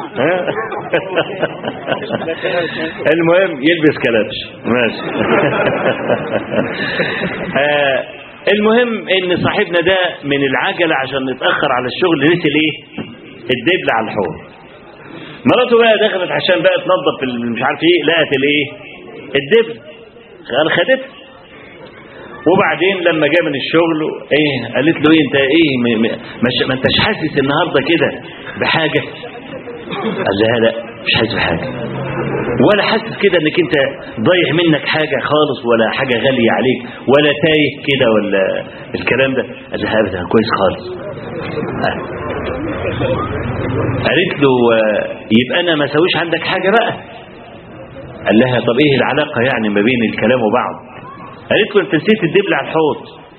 المهم يلبس كلبش ماشي. المهم ان صاحبنا ده من العجلة عشان نتأخر على الشغل نسي ايه الدبل على الحوض. مراته بقى دخلت عشان بقى تنظف مش عارف ايه، لقت الايه الدبل خدتها. وبعدين لما جاء من الشغل ايه قالت له ايه انت ايه ما انتش حاسس النهارده كده بحاجه؟ قال لها لا مش حاسس بحاجه، ولا حاسس كده انك انت ضايع منك حاجه خالص ولا حاجه غاليه عليك ولا تايه كده ولا الكلام ده؟ قال لها ابدا كويس خالص. قالت له يبقى انا ما اسويش عندك حاجه بقى؟ قال لها طب ايه العلاقه يعني ما بين الكلام وبعض؟ قالت له انت نسيت الدبل على الحوض.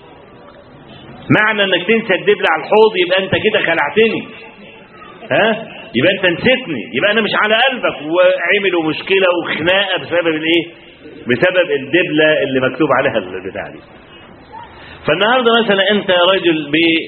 معنى انك تنسى الدبل على الحوض يبقى انت كده خلعتني، يبقى انت نسيتني، يبقى انا مش على قلبك. وعملوا مشكله وخناقه بسبب الايه، بسبب الدبله اللي مكتوب عليها البتاع دي. فالنهارده مثلا انت راجل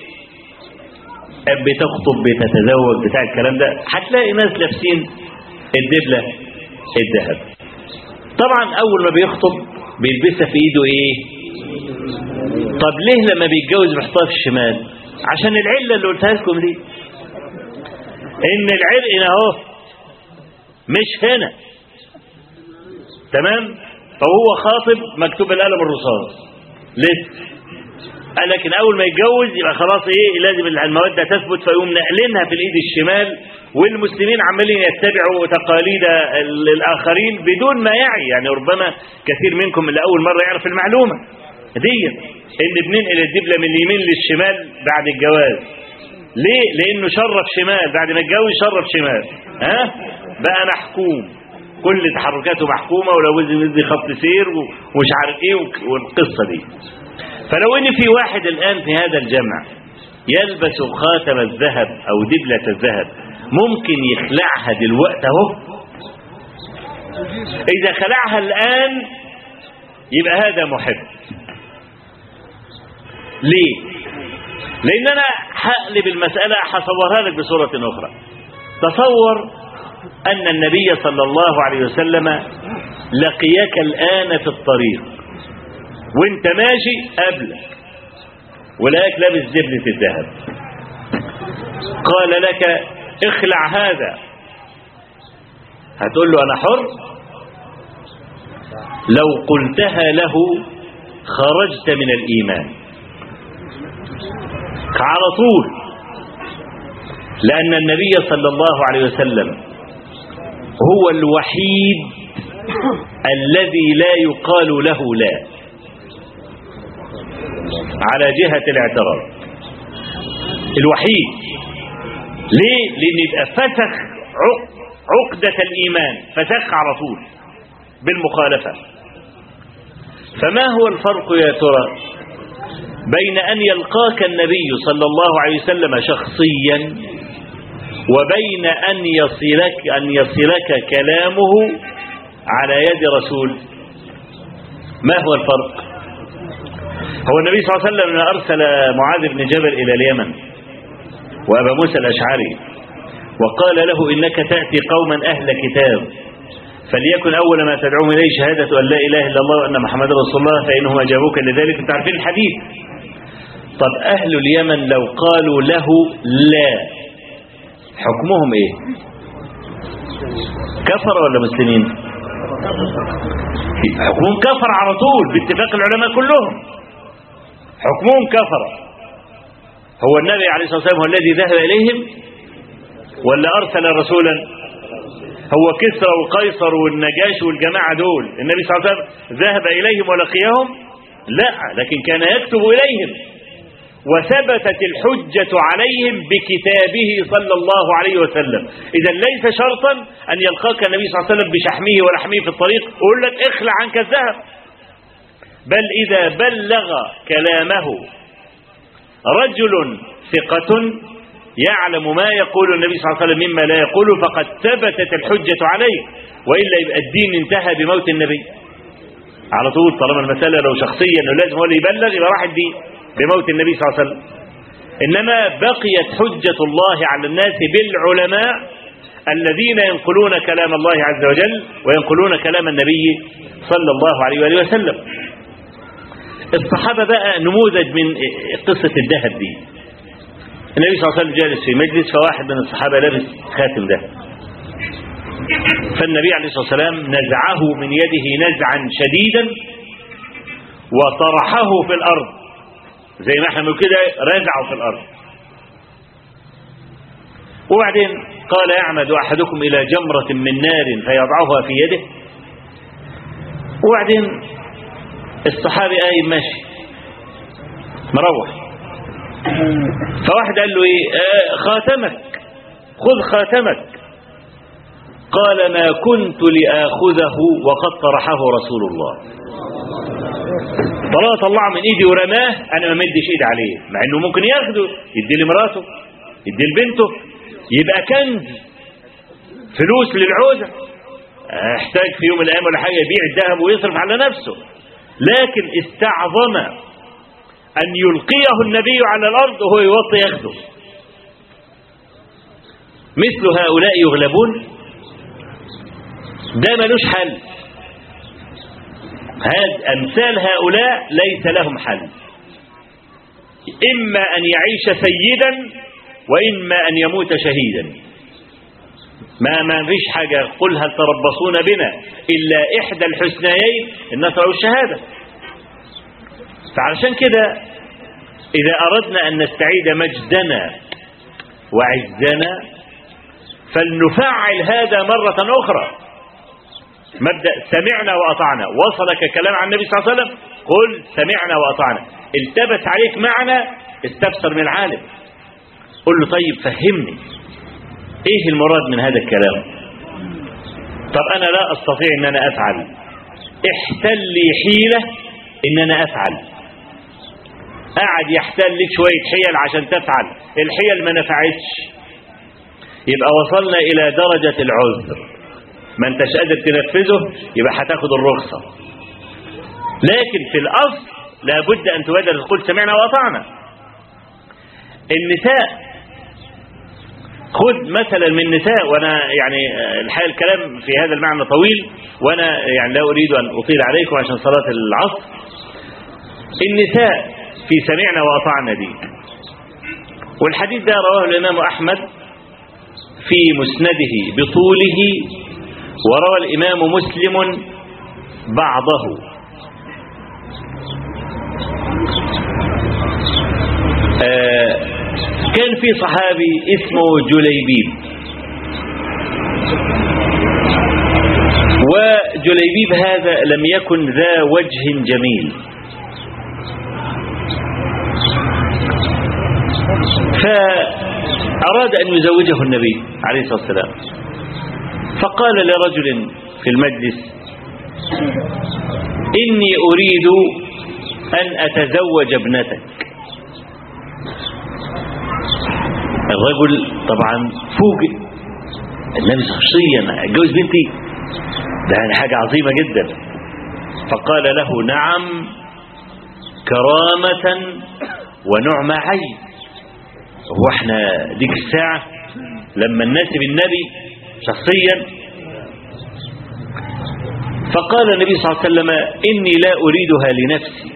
بتخطب بتتزوج بتاع الكلام ده، هتلاقي ناس لابسين الدبله الذهب. طبعا اول ما بيخطب بيلبسها في ايده ايه؟ طب ليه لما بيتجوز بيحطها في الشمال؟ عشان العله اللي قلتها لكم دي، ان العرق هنا اهو مش هنا، تمام؟ فهو خاطب مكتوب القلم الرصاص لسه، قال لكن اول ما يتجوز يبقى خلاص ايه لازم الموده تثبت، فيقوم نقلينها في الايد الشمال. والمسلمين عمالين يتبعوا تقاليد الاخرين بدون ما يعي. يعني ربما كثير منكم اللي اول مره يعرف المعلومه دي، ان بننقل الدبله من اليمين للشمال بعد الجواز. ليه؟ لانه شرف شمال، بعد ما اتجوز شرف شمال، بقى محكوم، كل تحركاته محكومه، ولو يدي خط سير ومش عارف ايه والقصه دي. فلو ان في واحد الان في هذا الجمع يلبس خاتم الذهب او دبلة الذهب، ممكن يخلعها دلوقتي اهو. اذا خلعها الان يبقى هذا محب. ليه؟ لان انا هقلب المسألة هصورها لك بصورة اخرى. تصور أن النبي صلى الله عليه وسلم لقيك الآن في الطريق وانت ماشي قبلك ولقاك لابس زبلة الذهب، قال لك اخلع هذا، هتقول له أنا حر؟ لو قلتها له خرجت من الإيمان على طول، لأن النبي صلى الله عليه وسلم هو الوحيد الذي لا يقال له لا على جهة الاعتراض، الوحيد. ليه؟ لأن يبقى فسخ عقدة الإيمان، فسخ على طول بالمخالفة. فما هو الفرق يا ترى بين أن يلقاك النبي صلى الله عليه وسلم شخصيا وبين أن يصلك كلامه على يد رسول؟ ما هو الفرق؟ هو النبي صلى الله عليه وسلم أرسل معاذ بن جبل إلى اليمن وأبا موسى الأشعري وقال له إنك تأتي قوما أهل كتاب فليكن أول ما تدعوهم إليه شهادة أن لا إله إلا الله وأن محمد رسول الله فإنهم أجابوك لذلك. أنتم عارفين الحديث. طب أهل اليمن لو قالوا له لا حكمهم إيه؟ كفر ولا مسلمين؟ حكمهم كفر على طول باتفاق العلماء كلهم، حكمهم كفر. هو النبي عليه الصلاة والسلام هو الذي ذهب إليهم ولا أرسل رسولا؟ هو كسرى وقيصر والنجاش والجماعة دول النبي صلى الله عليه وسلم ذهب إليهم ولقيهم؟ لا، لكن كان يكتب إليهم وثبتت الحجة عليهم بكتابه صلى الله عليه وسلم. إذا ليس شرطا أن يلقاك النبي صلى الله عليه وسلم بشحمه ولحمه في الطريق ويقول لك اخلع عنك الذهب، بل إذا بلغ كلامه رجل ثقة يعلم ما يقول النبي صلى الله عليه وسلم مما لا يقوله فقد ثبتت الحجة عليه، وإلا يبقى الدين انتهى بموت النبي على طول. طالما المسألة لو شخصيا أنه لازم هو اللي يبلغ يبقى راح الدين بموت النبي صلى الله عليه وسلم. إنما بقيت حجة الله على الناس بالعلماء الذين ينقلون كلام الله عز وجل وينقلون كلام النبي صلى الله عليه وآله وسلم. الصحابة بقى نموذج من قصة الذهب دي. النبي صلى الله عليه وسلم جالس في مجلس فواحد من الصحابة لابس خاتم ذهب، فالنبي عليه الصلاة والسلام نزعه من يده نزعا شديدا وطرحه في الأرض زي ما احنا بنقول كده، رزعه في الأرض. وبعدين قال يعمد أحدكم إلى جمرة من نار فيضعها في يده. وبعدين الصحابي قايم ماشي مروح، فواحد قال له ايه؟ خاتمك، خذ خاتمك. قال ما كنت لآخذه وقد طرحه رسول الله. طلعه طلعه من ايدي ورماه، انا ما مدش ايدي عليه، مع انه ممكن ياخده يدي لمراته يدي لبنته، يبقى كنز فلوس للعوزة، احتاج في يوم من الايام ولا حاجه يبيع الذهب ويصرف على نفسه، لكن استعظم أن يلقيه النبي على الأرض وهو يوطي ياخده. مثل هؤلاء يغلبون، ده ملوش حل. أمثال هؤلاء ليس لهم حل، إما أن يعيش سيدا وإما أن يموت شهيدا. ما فيش حاجة. قل هل تربصون بنا إلا إحدى الحسنيين النصر أو الشهادة. فعلشان كده إذا أردنا أن نستعيد مجدنا وعزنا فلنفعل هذا مرة أخرى. مبدأ سمعنا وأطعنا، وصلك كلام عن النبي صلى الله عليه وسلم قل سمعنا وأطعنا، التبس عليك معنى استفسر من العالم، قل له طيب فهمني ايه المراد من هذا الكلام. طب أنا لا أستطيع أن أنا أفعل، احتل لي حيلة أن أنا أفعل. قاعد يحتل لك شوية حيل عشان تفعل، الحيل ما نفعتش، يبقى وصلنا إلى درجة العذر، ما انتش قادر تنفذه يبقى هتاخد الرخصة. لكن في الأصل لابد أن تبادر تقول سمعنا وأطعنا. النساء خذ مثلا من نساء، وأنا يعني الحقيقة الكلام في هذا المعنى طويل، وأنا يعني لا أريد أن أطيل عليكم عشان صلاة العصر. النساء في سمعنا وأطعنا دي، والحديث ده رواه الإمام أحمد في مسنده بطوله، وروى الإمام مسلم بعضه. كان في صحابي اسمه جليبيب، وجليبيب هذا لم يكن ذا وجه جميل، فأراد أن يزوجه النبي عليه الصلاة والسلام، فقال لرجل في المجلس: إني أريد أن أتزوج ابنتك. الرجل طبعا فوجئ، النبي شخصيا اتجوز بنتي؟ ده حاجة عظيمة جدا. فقال له: نعم، كرامة ونعم عين. هو احنا ديك الساعة لما نناسب النبي شخصيا؟ فقال النبي صلى الله عليه وسلم: إني لا أريدها لنفسي،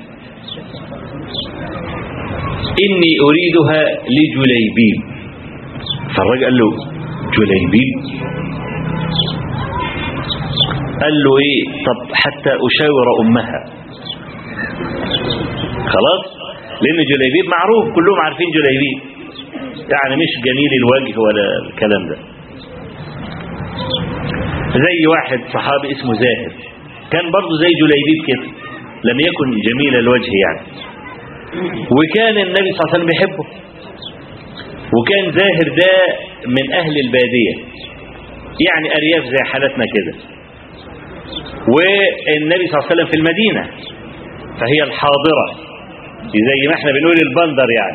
إني أريدها لجليبيب. فالرجل قال له: جليبيب؟ قال له: إيه؟ طب حتى أشاور أمها. خلاص، لأن جليبيب معروف، كلهم عارفين جليبيب، يعني مش جميل الوجه ولا الكلام ده. زي واحد صحابي اسمه زاهر، كان برضه زي جليبيب كده، لم يكن جميل الوجه يعني، وكان النبي صلى الله عليه وسلم بيحبه. وكان زاهر ده من أهل البادية، يعني أرياف زي حالتنا كده، والنبي صلى الله عليه وسلم في المدينة، فهي الحاضرة، زي ما احنا بنقول البندر يعني.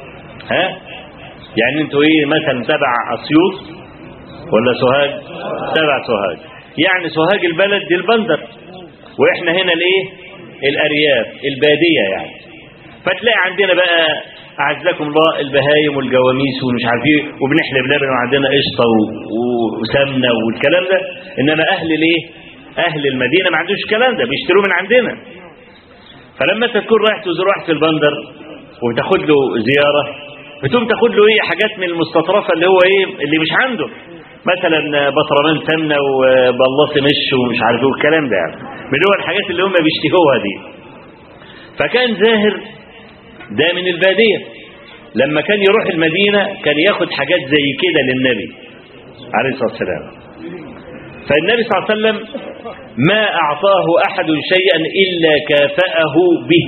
يعني انتوا ايه مثلا تبع أسيوط ولا سوهاج؟ تبع سوهاج، يعني سوهاج البلد دي البندر، واحنا هنا الايه؟ الأرياف البادية يعني. فتلاقي عندنا بقى أعزكم الله البهايم والجواميس ومش عارف ايه، وبنحلب لبن وعندنا قشطه وسمنه والكلام ده. انما اهل الايه؟ اهل المدينه ما عندوش الكلام ده، بيشتروه من عندنا. فلما انت تكون رايح تزور واحد في البندر وتاخد له زياره، بتقوم تاخد له ايه؟ حاجات من المستطرفه اللي هو ايه؟ اللي مش عنده، مثلا بطرمان سمنه وبلاصي مش ومش عارف ايه الكلام ده، يعني من هو الحاجات اللي هم بيشتهوها دي. فكان زاهر ده من البادية، لما كان يروح المدينة كان ياخد حاجات زي كده للنبي عليه الصلاة والسلام. فالنبي صلى الله عليه وسلم ما أعطاه أحد شيئا إلا كافأه به،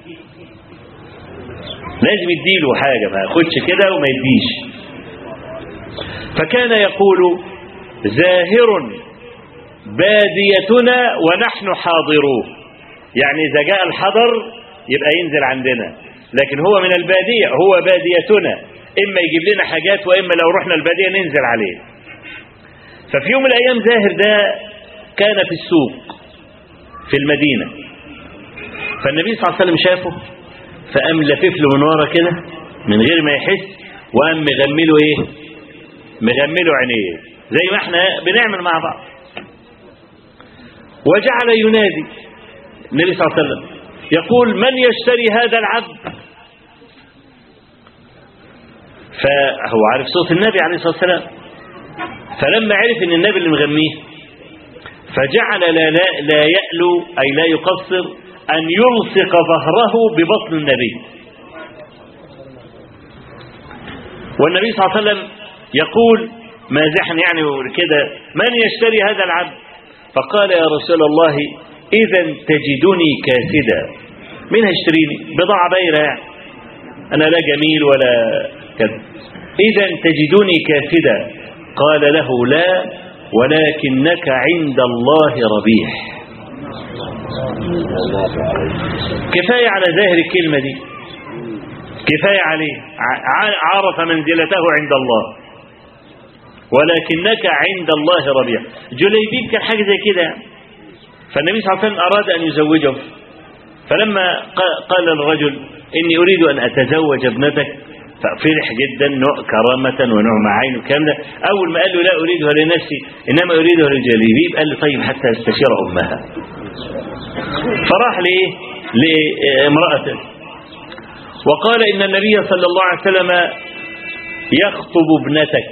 لازم يديله حاجة، ما ياخدش كده وما يديش. فكان يقول: زاهر باديتنا ونحن حاضروه، يعني إذا جاء الحضر يبقى ينزل عندنا، لكن هو من البادية، هو باديتنا، إما يجيب لنا حاجات وإما لو رحنا البادية ننزل عليه. ففي يوم من الأيام زاهر ده كان في السوق في المدينة، فالنبي صلى الله عليه وسلم شافه، فقام لفف له من ورا كده من غير ما يحس، وقام مغمله ايه؟ مغمله عينيه زي ما احنا بنعمل مع بعض. وجعل ينادي النبي صلى الله عليه وسلم يقول: من يشتري هذا العبد؟ فهو عارف صوت النبي عليه الصلاة والسلام، فلما عرف ان النبي اللي مغميه فجعل لا يألو أي لا يقصر أن يلصق ظهره ببطن النبي. والنبي صلى الله عليه وسلم يقول مازحا يعني كده: من يشتري هذا العبد؟ فقال: يا رسول الله إذا تجدني كاسدا. مين هيشتريني؟ بضاعة بايرة يعني، أنا لا جميل ولا كذا. إذا تجدني كاسدا. قال له: لا، ولكنك عند الله ربيح. كفاية على ظاهر الكلمة دي، كفاية عليه، عرف منزلته عند الله، ولكنك عند الله ربيع. جليبيب كان حاجة زي كده يعني. فالنبي صلى الله عليه وسلم أراد أن يزوجه، فلما قال الرجل: إني أريد أن أتزوج ابنتك، ففرح جدا، نوع كرامة ونوع معين والكلام ده. أول ما قال له لا أريدها لنفسي إنما أريدها لجليبيب، قال له طيب حتى استشير أمها. فراح لإيه؟ لامرأته وقال إن النبي صلى الله عليه وسلم يخطب ابنتك.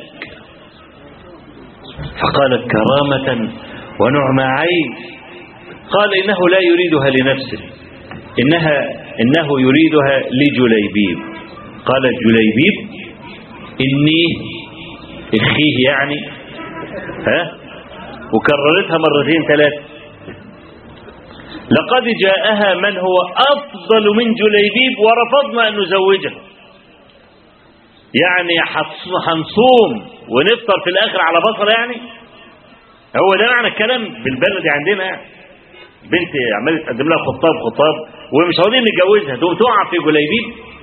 فقالت كرامة ونعم عين. قال إنه لا يريدها لنفسه، إنه يريدها لجليبيب. قال جليبيب إني اخيه يعني، وكررتها مرتين ثلاث. لقد جاءها من هو أفضل من جليبيب ورفضنا أن نزوجه. يعني هنصوم ونفطر في الآخر على بصر يعني. هو ده معنى الكلام بالبلد عندنا يعني. بنت عمالة تقدم لها خطاب ومش راضيين نتجوزها، تقع في جليبيب.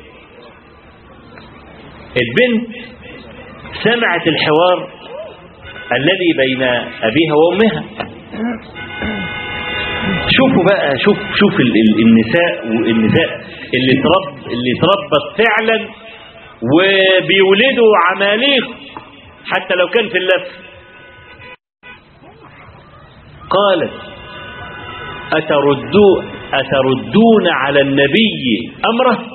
البنت سمعت الحوار الذي بين أبيها وأمها. شوفوا بقى، شوف النساء اللي تربت فعلا وبيولدوا عماليق حتى لو كان في اللف. قالت أتردون على النبي أمره؟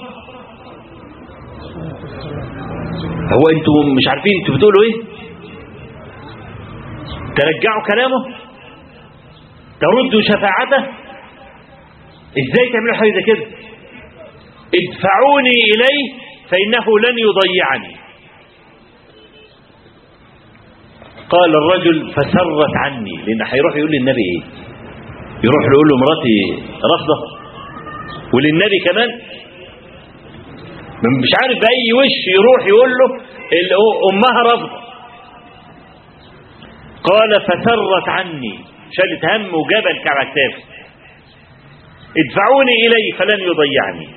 هو انتوا مش عارفين انتوا بتقولوا ايه؟ ترجعوا كلامه؟ تردوا شفاعته؟ ازاي تعملوا حاجه زي كده؟ ادفعوني اليه فانه لن يضيعني. قال الرجل فسرت عني، لان هيروح يقول للنبي ايه؟ يروح يقول له مراتي رافضه وللنبي كمان، مش عارف بأي وش يروح يقول له أمها رفضة. قال فسرت عني، شالت هم وجبل على كتافي. ادفعوني إليه فلن يضيعني.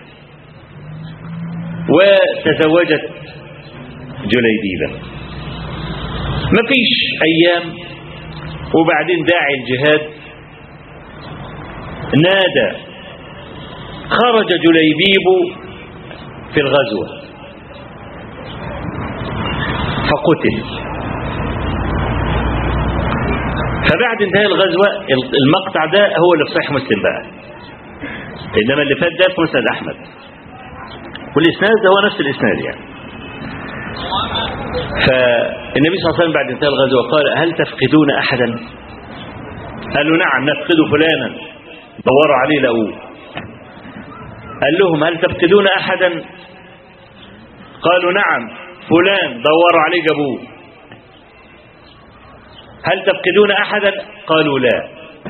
وتزوجت جليبيبا. مفيش أيام وبعدين داعي الجهاد نادى، خرج جليبيب في الغزوة فقتل. فبعد انتهاء الغزوة المقطع ده هو اللي في صحيح مسلم بقى، إنما اللي فات ده في مسند أحمد، والإسناد ده هو نفس الإسناد يعني. فالنبي صلى الله عليه وسلم بعد انتهاء الغزوة قال هل تفقدون أحدا؟ قالوا نعم نفقد فلانا، دوروا عليه لقوه. قال لهم هل تفقدون أحدا؟ قالوا نعم فلان، دوروا عليه جابوه. هل تفقدون أحدا؟ قالوا لا.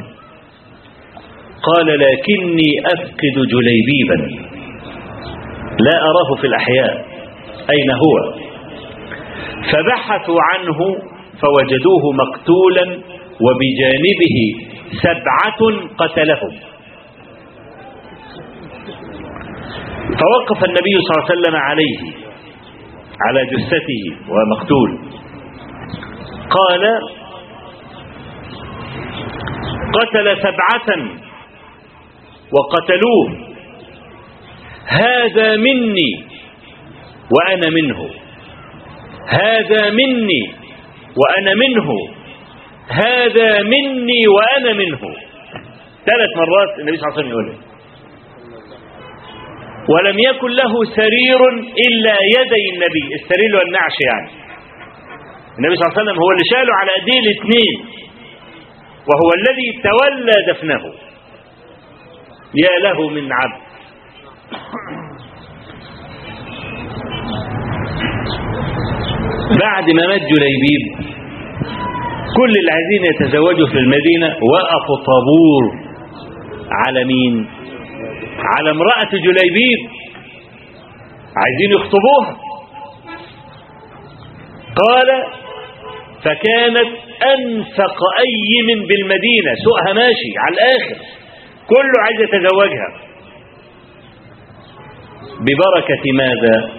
قال لكني أفقد جليبيبا لا أراه في الأحياء، أين هو؟ فبحثوا عنه فوجدوه مقتولا وبجانبه 7 قتلهم. فوقف النبي صلى الله عليه وسلم عليه على جثته ومقتول. قال قتل 7 وقتلوه، هذا مني وأنا منه، هذا مني وأنا منه، هذا مني وأنا منه. 3 مرات النبي صلى الله عليه وسلم يقول. ولم يكن له سرير إلا يدي النبي. السرير والنعش يعني. النبي صلى الله عليه وسلم هو اللي شاله على أيديه الاثنين، وهو الذي تولى دفنه. يا له من عبد. بعد ما مات جليبيب كل اللي عايزين يتزوجوا في المدينة وقفوا طابور على مين؟ على امرأة جليبيب، عايزين يخطبوها. قال فكانت أنفق أيم بالمدينة، سوقها ماشي على الآخر، كله عايز يتزوجها. ببركة ماذا؟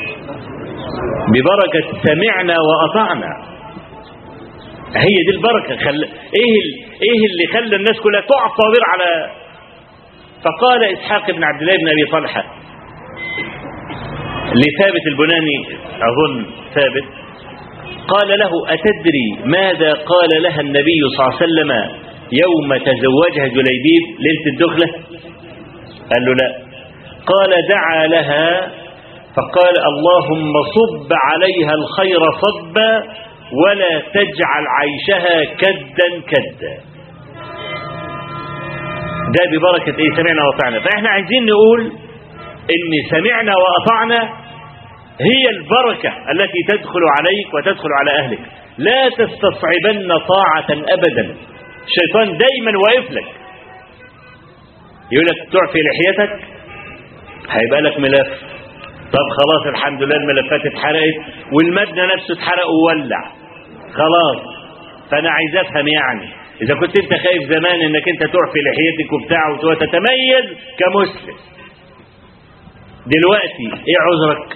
ببركة سمعنا وأطعنا. هي دي البركة. ايه اللي خلى الناس كلها تقف طابر على. فقال إسحاق بن عبد الله بن أبي طلحة لثابت البناني أظن ثابت، قال له: أتدري ماذا قال لها النبي صلى الله عليه وسلم يوم تزوجها جليبيب ليلة الدخلة؟ قال له: لا. قال: دعا لها فقال: اللهم صب عليها الخير صبا ولا تجعل عيشها كدا كدا. ده ببركة ايه؟ سمعنا وأطعنا. فاحنا عايزين نقول ان سمعنا وأطعنا هي البركة التي تدخل عليك وتدخل على أهلك. لا تستصعبن طاعة أبدا، الشيطان دايما واقف لك يقول لك تعفي لحيتك هيبقى لك ملف. طب خلاص الحمد لله الملفات اتحرقت والمبنى نفسه اتحرق وولع خلاص. فأنا عايز أفهم يعني إذا كنت أنت خايف زمان إنك أنت تعفي لحيتك وبتاع وتتميز كمسلم، دلوقتي إيه عذرك؟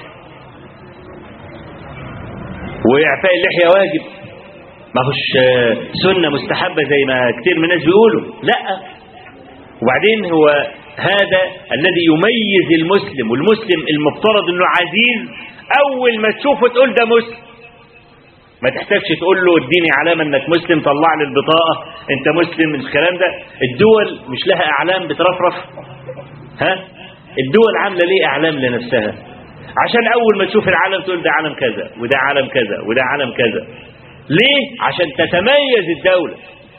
وإعفاء اللحية واجب، ما هوش سنة مستحبة زي ما كتير من الناس بيقولوا، لا. وبعدين هو هذا الذي يميز المسلم، والمسلم المفترض انه عزيز اول ما تشوفه تقول ده مسلم، ما تحتاجش تقول له اديني علامة انك مسلم، طلع لي البطاقة انت مسلم. الكلام ده الدول مش لها اعلام بترفرف؟ ها، الدول عاملة ليه اعلام لنفسها؟ عشان اول ما تشوف العالم تقول ده عالم كذا وده عالم كذا وده عالم كذا. ليه؟ عشان تتميز الدولة،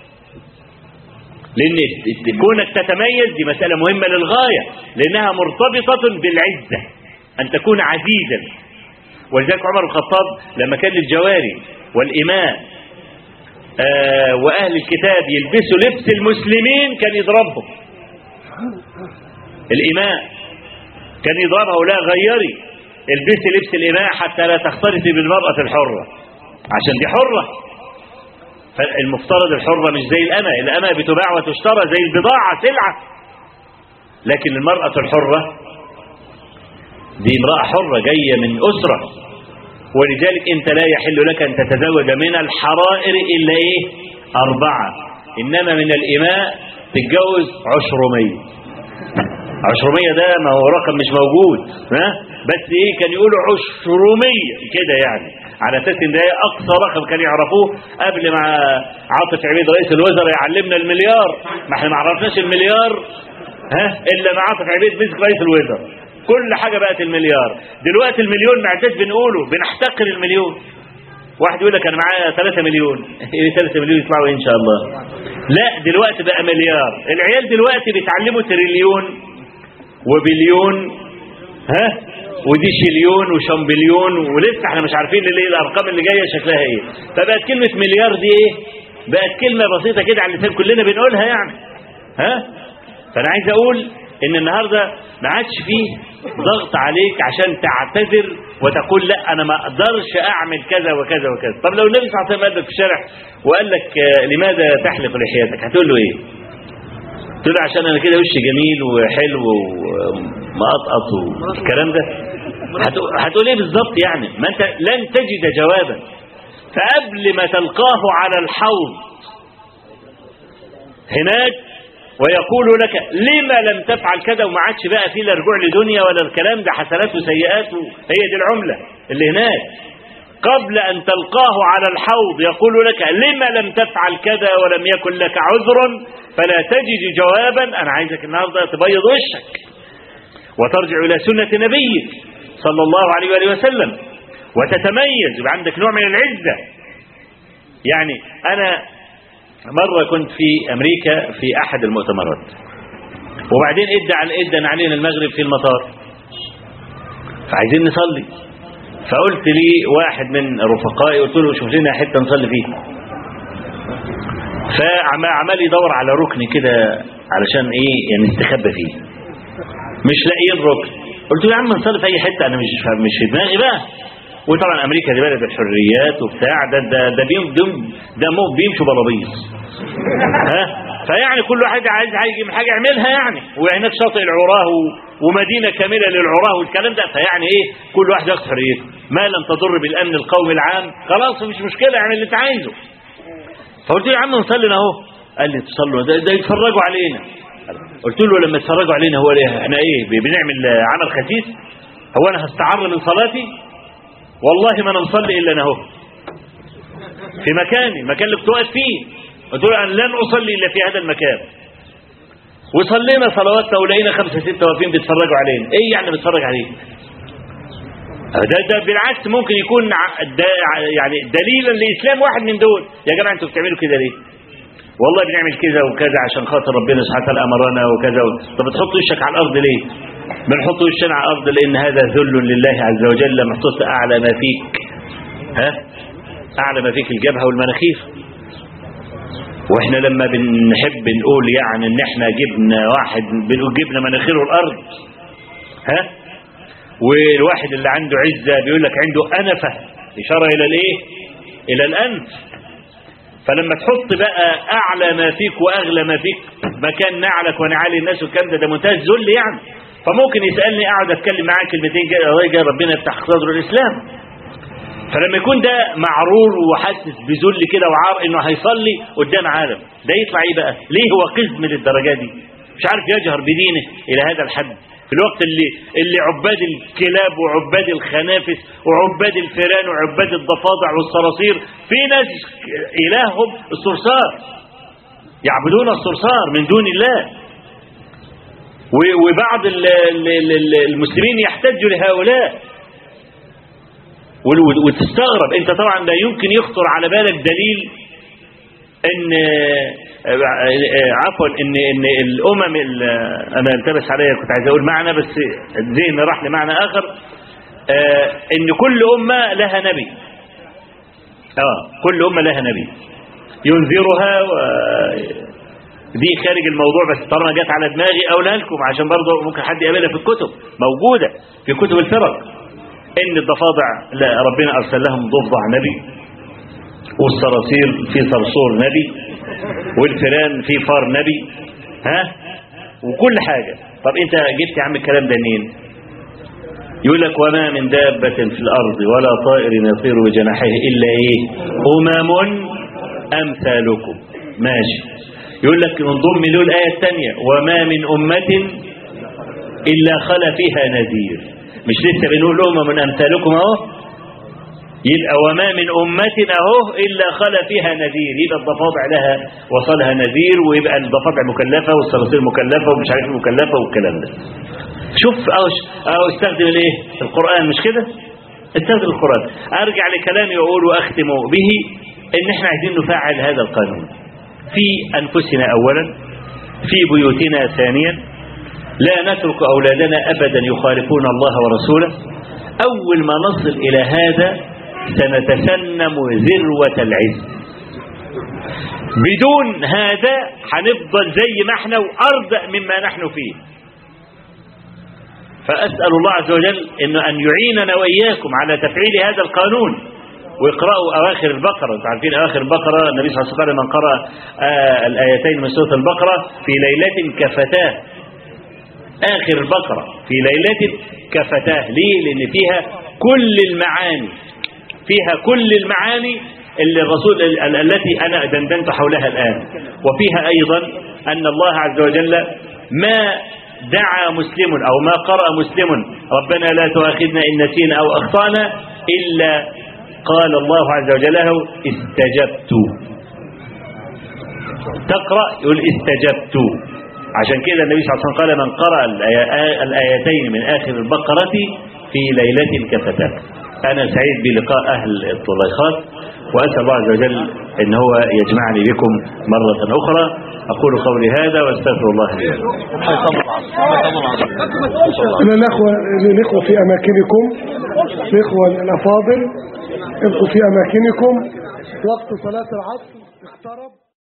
لان كونك تتميز دي مسألة مهمة للغاية، لانها مرتبطة بالعزة، ان تكون عزيزا. ولذلك عمر بن الخطاب لما كان للجواري والإماء واهل الكتاب يلبسوا لبس المسلمين كان يضربهم. الإماء كان يضربها ولا غيري البسي لبس الإماء حتى لا تختلطي بالمرأة الحرة، عشان دي حرة. فالمفترض الحرة مش زي الأمة بتباع وتشترى زي البضاعة سلعة، لكن المرأة الحرة دي امرأة حرة جاية من أسرة، ولذلك انت لا يحل لك ان تتزوج من الحرائر الا ايه؟ 4. انما من الإماء تتجوز 200. 200 ده ما هو رقم مش موجود، ها؟ بس ايه كان يقولوا 200 كده يعني، على اساس ان ده اقصى رقم كانوا يعرفوه قبل ما عاطف عبيد رئيس الوزراء يعلمنا المليار. ما احنا ما عرفناش المليار الا ما عاطف عبيد مسك رئيس الوزراء، كل حاجه بقت المليار. دلوقتي المليون ما عدناش بنقوله، بنحتقر المليون. واحد يقول لك انا معايا 3 مليون، ايه 3 مليون يطلعوا ان شاء الله؟ لا دلوقتي بقى مليار. العيال دلوقتي بيتعلموا تريليون وبليون، ودي شليون وشامبليون، ولسه احنا مش عارفين ليه الارقام اللي جايه شكلها ايه. فبقت كلمه مليار دي ايه؟ بقت كلمه بسيطه كده على اللسان كلنا بنقولها يعني. فانا عايز اقول ان النهارده ما عادش فيه ضغط عليك عشان تعتذر وتقول لا انا ما اقدرش اعمل كذا وكذا وكذا. طب لو النبي صلى الله عليه وسلم قال لك في الشارع وقال لك لماذا تحلق لحيتك، هتقول له ايه؟ تقول له عشان انا كده وشي جميل وحلو ومقطقط والكلام ده. هتقول ايه بالظبط يعني؟ ما انت لن تجد جوابا. فقبل ما تلقاه على الحوض هناك ويقول لك لما لم تفعل كذا، وما عادش بقى فيه لا رجوع لدنيا ولا الكلام ده، حسنات وسيئات، هي دي العملة اللي هناك. قبل أن تلقاه على الحوض يقول لك لما لم تفعل كذا ولم يكن لك عذر، فلا تجد جوابا. أنا عايزك النهارده تبيض وشك وترجع إلى سنة نبيك صلى الله عليه وآله وسلم وتتميز، يبقى عندك نوع من العزة. يعني أنا مرة كنت في أمريكا في أحد المؤتمرات، وبعدين ادى علينا المغرب في المطار، فعايزين نصلي. فقلت لي واحد من رفقائي، قلت له شوف لنا حتة نصلي فيها. فعمال يدور على ركن كده علشان ايه يعني نستخبى فيه، مش لاقيين ركن. قلت له يا عم نصلي في اي حتة، انا مش في دماغي بقى. وطبعا امريكا دي بلد الحريات وبتاع، ده بيمشوا بلابيص. فيعني كل واحد عايز يجيب حاجه يعملها يعني، وهناك شاطئ العراه ومدينه كامله للعراه والكلام ده. فيعني ايه كل واحد ياخد حريته ما لم تضر بالامن القومي العام، خلاص مش مشكله اعمل اللي انت عايزه. فقلت له يا عم نصلي اهو. قال لي تصلوا ده يتفرجوا علينا. قلت له لما يتفرجوا علينا هو ايه؟ احنا ايه بنعمل عمل خسيس؟ هو أنا هستعر من صلاتي؟ والله ما أنا مصلي إلا أنا هو في مكاني، المكان اللي كنت واقف فيه، قلت له أنا لن أصلي إلا في هذا المكان. وصلينا صلواتنا ولقينا 5 6 واقفين بيتفرجوا علينا. إيه يعني بيتفرج علينا؟ ده بالعكس ممكن يكون يعني دليلا لإسلام واحد من دول. يا جماعة أنتوا بتعملوا كده ليه؟ والله بنعمل كذا وكذا عشان خاطر ربنا سبحانه وتعالى أمرنا وكذا. طب بتحط وشك على الأرض ليه؟ بنحط وشنا على الأرض لأن هذا ذل لله عز وجل محطوط أعلى ما فيك، أعلى ما فيك الجبهة والمناخير. وإحنا لما بنحب نقول يعني إن إحنا جبنا واحد بنقول جبنا مناخيره الأرض، والواحد اللي عنده عزة بيقول لك عنده أنفة، إشارة إلى الإيه؟ إلى الأنف. فلما تحط بقى أعلى ما فيك وأغلى ما فيك مكان نعلك ونعالي الناس والكلام ده منتهى الذل يعني. فممكن يسألني أقعد أتكلم معاه كلمتين كده ربنا يفتح صدره الإسلام. فلما يكون ده معرور وحاسس بذل كده وعار إنه هيصلي قدام عالم، ده يطلع إيه بقى؟ ليه هو قزم للدرجة دي؟ مش عارف يجهر بدينه إلى هذا الحد في الوقت اللي عباد الكلاب وعباد الخنافس وعباد الفيران وعباد الضفادع والصراصير، في ناس إلههم الصرصار، يعبدون الصرصار من دون الله. وبعض المسلمين يحتجوا لهؤلاء. وتستغرب انت طبعا لا يمكن يخطر على بالك دليل ان عفوا ان الامم، انا التبس عليا كنت عايز اقول معنى بس الذهن راح لمعنى اخر، ان كل امه لها نبي. كل امه لها نبي ينذرها دي خارج الموضوع بس طالما جت على دماغي اقولها لكم عشان برضه ممكن حد يقابلها في الكتب، موجوده في كتب الفرق، ان الضفادع لا ربنا ارسل لهم ضفدع نبي، والصراصير في صرصور نبي، والفيران في فار نبي، وكل حاجه. طب انت جبت يا عم الكلام ده منين؟ يقول لك وما من دابه في الارض ولا طائر يطير بجناحيه الا ايه؟ امم امثالكم. ماشي. يقول لك من ضمن له الايه الثانيه وما من امه الا خلا فيها نذير. مش لسه بنقول من امثالكم اهو؟ يبقى وما من امه اهو الا خلا فيها نذير. يبقى الضفادع لها وصلها نذير، ويبقى الضفادع مكلفه والصراصير مكلفه ومش عارف مكلفه والكلام ده. شوف اهو استخدم الايه؟ القران مش كده؟ استخدم القران. ارجع لكلامي واقول واختم به ان احنا عايزين نفعل هذا القانون في انفسنا اولا، في بيوتنا ثانيا، لا نترك أولادنا أبدا يخالفون الله ورسوله. أول ما نصل إلى هذا سنتسنم ذروة العز. بدون هذا هنفضل زي ما احنا وأرضى مما نحن فيه. فأسأل الله عز وجل أن يعيننا وإياكم على تفعيل هذا القانون. واقرأوا أواخر البقرة. انتم عارفين أواخر البقرة النبي صلى الله عليه وسلم من قرأ الآيتين من سورة البقرة في ليلة كفتاه. آخر البقرة في ليلة كفتاه. ليه؟ لأن فيها كل المعاني اللي الرسول التي أنا دندنت حولها الآن. وفيها أيضا أن الله عز وجل ما دعا مسلم أو ما قرأ مسلم ربنا لا تؤاخذنا إن نسينا أو أخطأنا إلا قال الله عز وجل له استجبت. تقرأ يقول استجبت. عشان كده النبي صلى الله عليه وسلم قال من قرأ الآيتين من آخر البقرة في ليلة كفتاه. أنا سعيد بلقاء أهل الطليخات، وأسأل الله عز وجل أن هو يجمعني بكم مرة أخرى. أقول قولي هذا واستغفر الله لي. الإخوة في أماكنكم، الإخوة الأفاضل ابقوا في أماكنكم، وقت صلاة العصر اقترب.